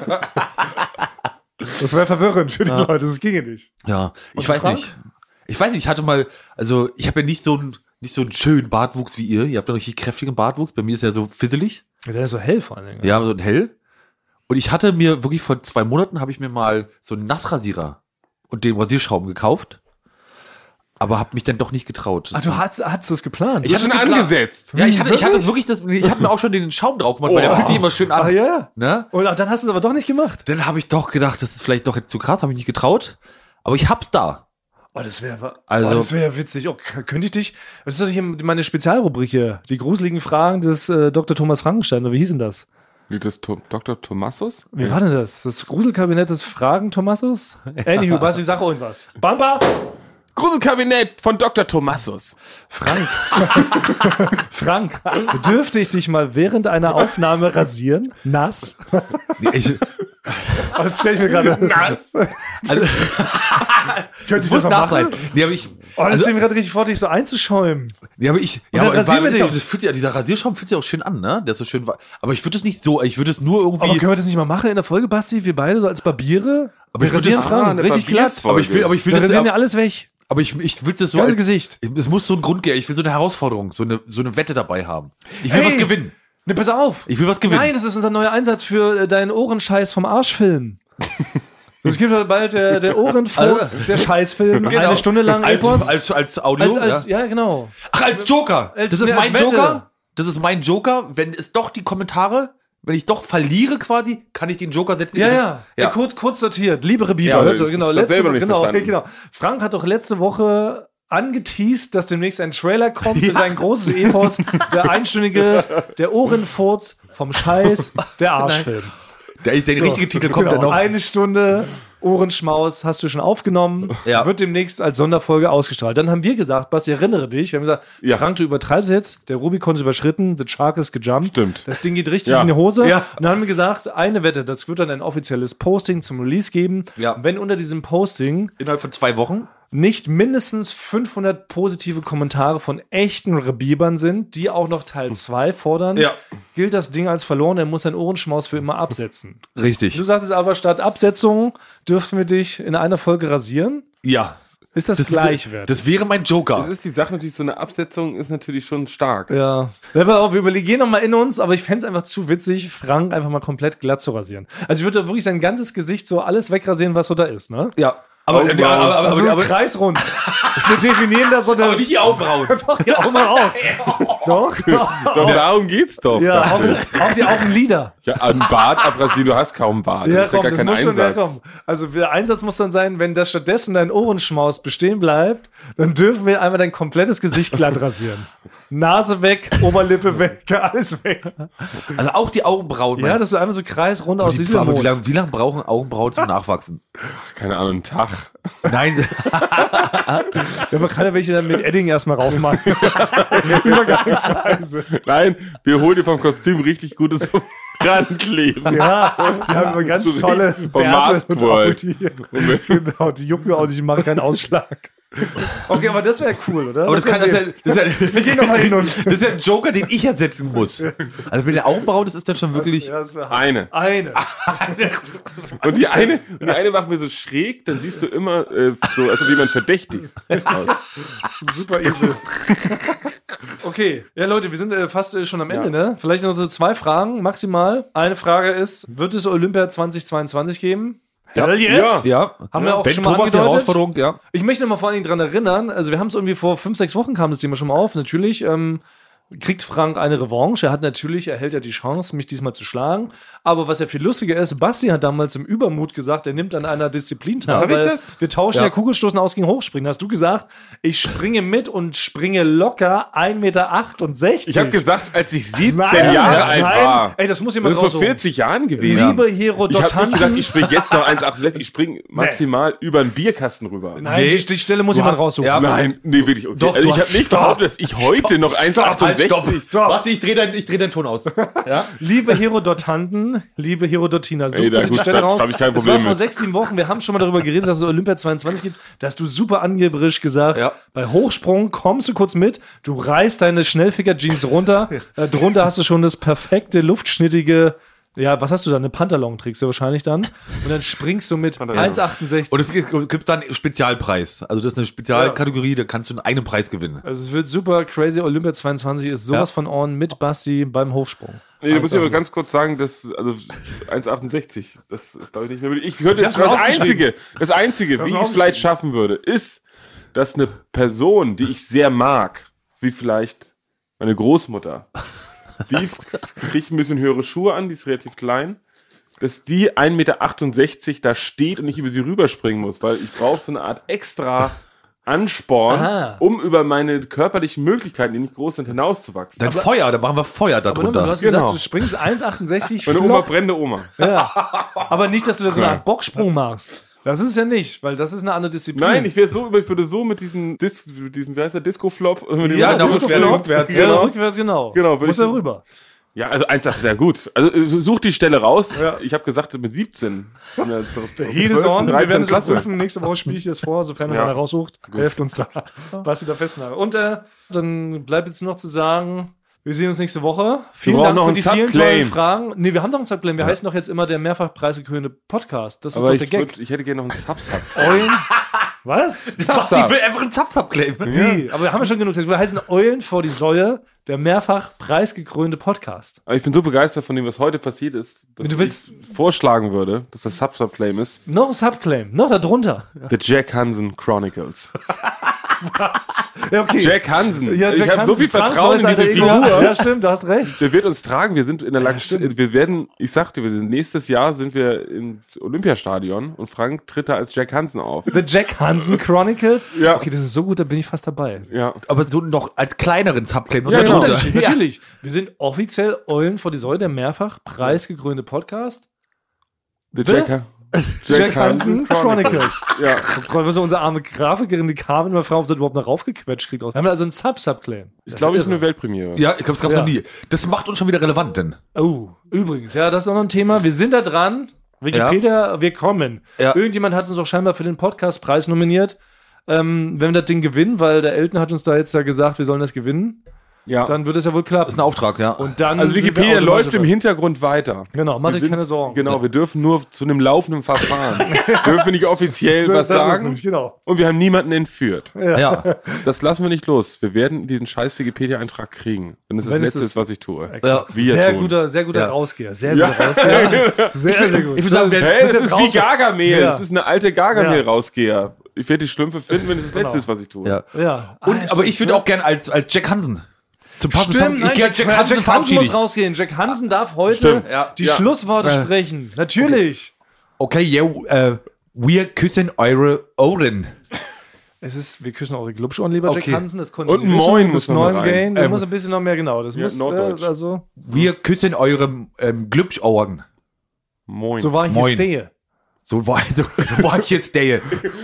Das wäre verwirrend für die Leute, das ginge nicht. Ja, ich Und weiß Frank? nicht. Ich weiß nicht, ich hatte mal, also ich habe ja nicht so einen schönen Bartwuchs wie ihr. Ihr habt ja richtig kräftigen Bartwuchs. Bei mir ist ja so fisselig. Der ist so hell vor allen Dingen. Ja, so ein hell. Und ich hatte mir wirklich vor 2 Monaten habe ich mir mal so einen Nassrasierer und den Rasierschrauben gekauft. aber habe mich dann doch nicht getraut. Du hast das geplant. Ich hatte schon angesetzt. Ja, ich hatte wirklich ich habe mir auch schon den Schaum drauf gemacht, weil der fühlt sich immer schön an. Ah ja. Ne? Und dann hast du es aber doch nicht gemacht. Dann habe ich doch gedacht, das ist vielleicht doch jetzt zu krass, habe ich nicht getraut. Aber ich hab's da. Oh, das wäre Also- witzig. Oh, könnte ich dich. Das ist doch hier meine Spezialrubrik hier. Die gruseligen Fragen des Dr. Thomas Frankenstein. Oder wie hieß denn das? Wie das Dr. Thomasus? Wie war denn das? Das Gruselkabinett des Fragen Thomasus? Anywho, Basti, sag irgendwas. Bamba! Gruselkabinett von Dr. Thomasus. Frank, dürfte ich dich mal während einer Aufnahme rasieren? Nass? Das stelle ich mir gerade. Nass. Könnte Also, ich es das muss mal nach machen? sein. Nee, aber ich. Oh, das steht mir gerade richtig vor, dich so einzuschäumen. Ja, aber ich. dann rasieren wir dich. Das fühlt sich, dieser Rasierschaum fühlt sich auch schön an, ne? Der ist so schön. Aber ich würde es nicht so. Ich würde es nur irgendwie. Aber können wir das nicht mal machen in der Folge, Basti? Wir beide so als Barbiere? Aber ich wir rasieren würde Frank. eine Richtig glatt. Barbiersfolge. aber ich will Wir das. rasieren ja alles weg. Aber ich will das so. Ganze Gesicht. Es muss so einen Grund geben. Ich will so eine Herausforderung, so eine Wette dabei haben. Ich will Hey! was gewinnen. Ne, pass auf. Ich will was gewinnen. Nein, das ist unser neuer Einsatz für deinen Ohrenscheiß vom Arschfilm. Es gibt halt bald der Ohrenfurz, der Scheißfilm, eine Stunde lang Epos. als Audio. Ja, genau. Ach, als Joker. Als- Das ist als mein Wette. Joker. Das ist mein Joker. Wenn es doch die Kommentare, wenn ich doch verliere quasi, kann ich den Joker setzen. Ja. Ja. Kurz sortiert. Liebe Biber. Ja, also, ich genau, hab's selber nicht genau. verstanden. Frank hat doch letzte Woche angeteased, dass demnächst ein Trailer kommt für sein großes Epos, der einstündige, der Ohrenfurz vom Scheiß, der Arschfilm. Der richtige Titel kommt Genau. dann noch. Eine Stunde Ohrenschmaus hast du schon aufgenommen, Ja. wird demnächst als Sonderfolge ausgestrahlt. Dann haben wir gesagt, Basti, erinnere dich, wir haben gesagt, Ja. Frank, du übertreibst jetzt, der Rubikon ist überschritten, the shark ist gejumpt. Stimmt. Das Ding geht richtig Ja. in die Hose. Ja. Und dann haben wir gesagt, eine Wette, das wird dann ein offizielles Posting zum Release geben. Ja. Wenn unter diesem Posting Innerhalb von 2 Wochen. nicht mindestens 500 positive Kommentare von echten Rebibern sind, die auch noch Teil 2 fordern, Ja. gilt das Ding als verloren, er muss sein Ohrenschmaus für immer absetzen. Richtig. Du sagtest aber, statt Absetzung dürfen wir dich in einer Folge rasieren. Ja. Ist das gleichwertig? Das wäre mein Joker. Das ist die Sache natürlich, so eine Absetzung ist natürlich schon stark. Ja. Wir überlegen nochmal in uns, aber ich fände es einfach zu witzig, Frank einfach mal komplett glatt zu rasieren. Also ich würde wirklich sein ganzes Gesicht so alles wegrasieren, was so da ist, ne? Ja. Aber Also so kreisrund. Wir definieren das so eine... aber nicht die Augenbrauen. Doch, ja, auch mal auf. Doch. Doch, darum geht's doch. Ja, auch die Augenlider. Ja, ein Bart abrasieren, du hast kaum Bart. Ja, das ist ja komm, gar das kein muss schon Einsatz. herkommen. Also der Einsatz muss dann sein, wenn da stattdessen dein Ohrenschmaus bestehen bleibt, dann dürfen wir einmal dein komplettes Gesicht glatt rasieren. Nase weg, Oberlippe weg, alles weg. Also auch die Augenbrauen. Ja, das ist einmal so kreisrund aus diesem aber Mond. wie lang brauchen Augenbrauen zum Nachwachsen? Keine Ahnung, einen Tag. Nein. Ja, man kann ja welche dann mit Edding erstmal raufmachen. Übergangsweise. Nein, wir holen dir vom Kostüm richtig gutes rankleben. Ja, die haben immer ganz So tolle richtig vom Bärte Mask und World. genau, die jucken auch nicht, die machen keinen Ausschlag. Okay, aber das wäre cool, oder? Aber das ist ja, Wir gehen nochmal in uns. das ist ja ein Joker, den ich ersetzen muss. Also mit der Augenbrauen, das ist dann schon wirklich. Ja, das wär Eine. eine. Und die eine machen wir so schräg, dann siehst du immer so, als ob jemand verdächtig ist. Super evil. Okay, ja Leute, wir sind fast schon am Ende, ne? Vielleicht noch so 2 Fragen maximal. Eine Frage ist, wird es Olympia 2022 geben? Hell yes! Ja. Haben wir auch Wenn schon mal Thomas die angedeutet. Herausforderung, ja. Ich möchte noch mal vor allen Dingen dran erinnern, also wir haben es irgendwie vor 5-6 Wochen kam das Thema schon mal auf, natürlich kriegt Frank eine Revanche. Er hält ja die Chance, mich diesmal zu schlagen. Aber was ja viel lustiger ist, Basti hat damals im Übermut gesagt, er nimmt an einer Disziplin teil. Hab ich weil das? Wir tauschen ja Kugelstoßen aus gegen Hochspringen. Hast du gesagt, ich springe mit und springe locker 1,68 Meter. Ich habe gesagt, als ich 17 Nein, Jahre alt nein. war. Ey, das muss jemand Das ist vor rausholen. 40 Jahren gewesen. Liebe Ich habe nicht Herodotanten. gesagt, ich springe jetzt noch 1,68. Ich springe maximal über einen Bierkasten rüber. Nein, Nee. die Stelle muss Du jemand hast- rausholen. ja, Nein, nee, wirklich. Okay. Doch, also du ich habe hast- nicht Stopp. behauptet, dass ich heute noch 1,68. Warte, ich dreh deinen Ton aus. Ja? Liebe Herodotanten, liebe Herodotiner, such Ey, da bitte die gut, Stelle da raus. hab ich kein Das war Problem vor mit. 6-7 Wochen. Wir haben schon mal darüber geredet, dass es Olympia 22 gibt. Da hast du super angeberisch gesagt, Ja. bei Hochsprung kommst du kurz mit, du reißt deine Schnellficker-Jeans runter, drunter hast du schon das perfekte, luftschnittige, ja, was hast du da? Eine Pantalon trägst du wahrscheinlich dann. Und dann springst du mit 1,68. Und es gibt dann einen Spezialpreis. Also das ist eine Spezialkategorie, da kannst du einen Preis gewinnen. Also es wird super crazy. Olympia 22 ist sowas von on mit Basti beim Hochsprung. Nee, da muss ich aber ganz kurz sagen, dass, also 1,68, das ist, glaube ich, nicht mehr möglich. Ich könnte, hab's mir aufgeschrieben. das Einzige, wie ich es vielleicht schaffen würde, ist dass eine Person, die ich sehr mag, wie vielleicht meine Großmutter, die kriegt ein bisschen höhere Schuhe an, die ist relativ klein, dass die 1,68 Meter da steht und ich über sie rüberspringen muss, weil ich brauche so eine Art extra Ansporn, um über meine körperlichen Möglichkeiten, die nicht groß sind, hinauszuwachsen. Dann Feuer, dann machen wir Feuer Aber darunter. du hast Genau. gesagt, du springst 1,68 Meine Oma flop. brennende Oma. Ja. Aber nicht, dass du da so eine Art Bocksprung machst. Das ist es ja nicht, weil das ist eine andere Disziplin. Nein, ich würde so mit diesem wie heißt der, Disco-Flop? Ja, da rückwärts. Ja, rückwärts, genau. Genau, Muss da rüber. Ja, also 1,8 sehr gut. Also such die Stelle raus. Ja. Ich habe gesagt, mit 17. Jedes on, wir werden es Klasse. überprüfen. Nächste Woche spiele ich das vor, sofern uns einer raussucht. Helft uns da, was sie da festnageln. Und dann bleibt jetzt nur noch zu sagen, wir sehen uns nächste Woche. Vielen brauchen Dank noch für einen die vielen Subclaim. tollen Fragen. Nee, wir haben doch einen Subclaim. Wir heißen doch jetzt immer der mehrfach preisgekrönte Podcast. Das ist Aber doch der Gag. ich hätte gerne noch einen Subsub. Eulen. Was? Ich will einfach einen Zap claimen. Wie? Aber wir haben ja schon genug. Wir heißen Eulen vor die Säue, der mehrfach preisgekrönte Podcast. Aber ich bin so begeistert von dem, was heute passiert ist, dass Du willst- ich vorschlagen würde, dass das Subclaim ist. Noch ein Subclaim. Noch da drunter. The Jack Hansen Chronicles. Ja, okay. Jack Hansen. Ja, ich Jack habe so Hansen, viel Franz Vertrauen in Neues, diese Alter Ego. Figur. Ja, stimmt, du hast recht. Der wird uns tragen. Wir sind in der Lage. Wir werden, ich sagte, nächstes Jahr sind wir im Olympiastadion und Frank tritt da als Jack Hansen auf. The Jack Hansen Chronicles. Ja. Okay, das ist so gut, da bin ich fast dabei. Ja. Aber so noch als kleineren Subclaim. Ja, genau. Natürlich. Wir sind offiziell Eulen vor die Säule, der mehrfach preisgekrönte Podcast. The Jack Hansen Chronicles. Ja. Weil wir so unsere arme Grafikerin, die Carmen, mal fragen, ob sie das überhaupt noch raufgequetscht kriegt. Wir haben also einen Subclaim. Ist, glaube ich, eine Weltpremiere. Ja, ich glaube, es gab's Ja. noch nie. Das macht uns schon wieder relevant, denn. Oh, übrigens, ja, das ist auch noch ein Thema. Wir sind da dran. Wikipedia, wir kommen. Ja. Irgendjemand hat uns doch scheinbar für den Podcastpreis nominiert. Wenn wir das Ding gewinnen, weil der Elton hat uns da jetzt gesagt, wir sollen das gewinnen, Ja. dann wird es ja wohl klappen. Das ist ein Auftrag, ja. Und dann Also sind wir Wikipedia automatisch läuft im dabei. Hintergrund weiter. Genau, mach dir Wir keine sind- Sorgen. Genau, wir dürfen nur zu einem laufenden Verfahren. dürfen nicht offiziell was Das ist sagen. nämlich, genau. Und wir haben niemanden entführt. ja. Das lassen wir nicht los. Wir werden diesen scheiß Wikipedia-Eintrag kriegen. Wenn es das Wenn es Letzte ist- ist, was ich tue. Exakt. Wir Sehr tun. guter Ja. Rausgeher. Sehr guter Rausgeher. Sehr, sehr gut. Ich würde sagen, Hey, es jetzt ist wie raus- Gargamel. Ja. Es ist eine alte Gargamel-Rausgeher. Ich werde die Schlümpfe finden, wenn es das Letzte ist, was ich tue. ja. Ja. Aber ich würde auch gern als Jack Hansen zum Passen. Stimmt, nein, ich Jack Hansen verabschieden. muss rausgehen. Jack Hansen darf heute Stimmt, ja. die Ja. Schlussworte sprechen. Natürlich. Okay, wir küssen eure Ohren. Wir küssen eure Glubschohren, lieber Okay. Jack Hansen. Das konnte Und ich wissen. Moin Du muss bist noch neu mal im rein. Game. Du musst ein bisschen noch mehr, genau. Das Ja, muss, Norddeutsch. also, Wir küssen eure Glubschohren. Moin. so war ich Moin. jetzt stehe. So war ich jetzt der.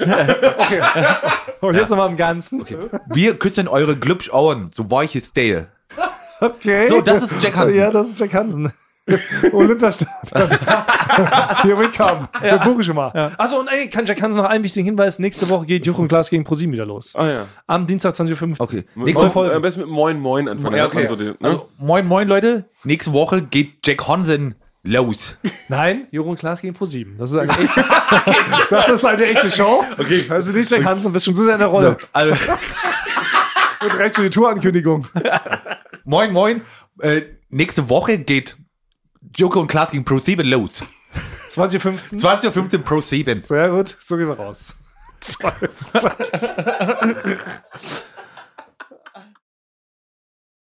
Und jetzt nochmal im Ganzen. Wir küssen eure Glubschohren. So war ich jetzt der. Okay. So, das ist Jack Hansen. Ja, das ist Jack Hansen. Olympiastadion. Here we come. Wir buchen schon mal. Achso, und ey, kann Jack Hansen noch einen wichtigen Hinweis? Nächste Woche geht Joko und Klaas gegen ProSieben wieder los. Ah ja. Am Dienstag 20.15 Uhr. Okay. Nächste Folge. Am besten mit Moin Moin anfangen. Ja, Da hat man okay. so den, ne? Also, moin, Leute. Nächste Woche geht Jack Hansen los. Nein, Joko und Klaas gegen ProSieben. Das ist eine echte, das ist eine echte Show. Okay. Also nicht Jack Hansen, du bist schon so sehr in der Rolle. Also, Und direkt schon die Tourankündigung. moin. Nächste Woche geht Joko und Klaas gegen ProSieben los. 20.15 Uhr. 20.15 Uhr ProSieben. Sehr gut, so gehen wir raus.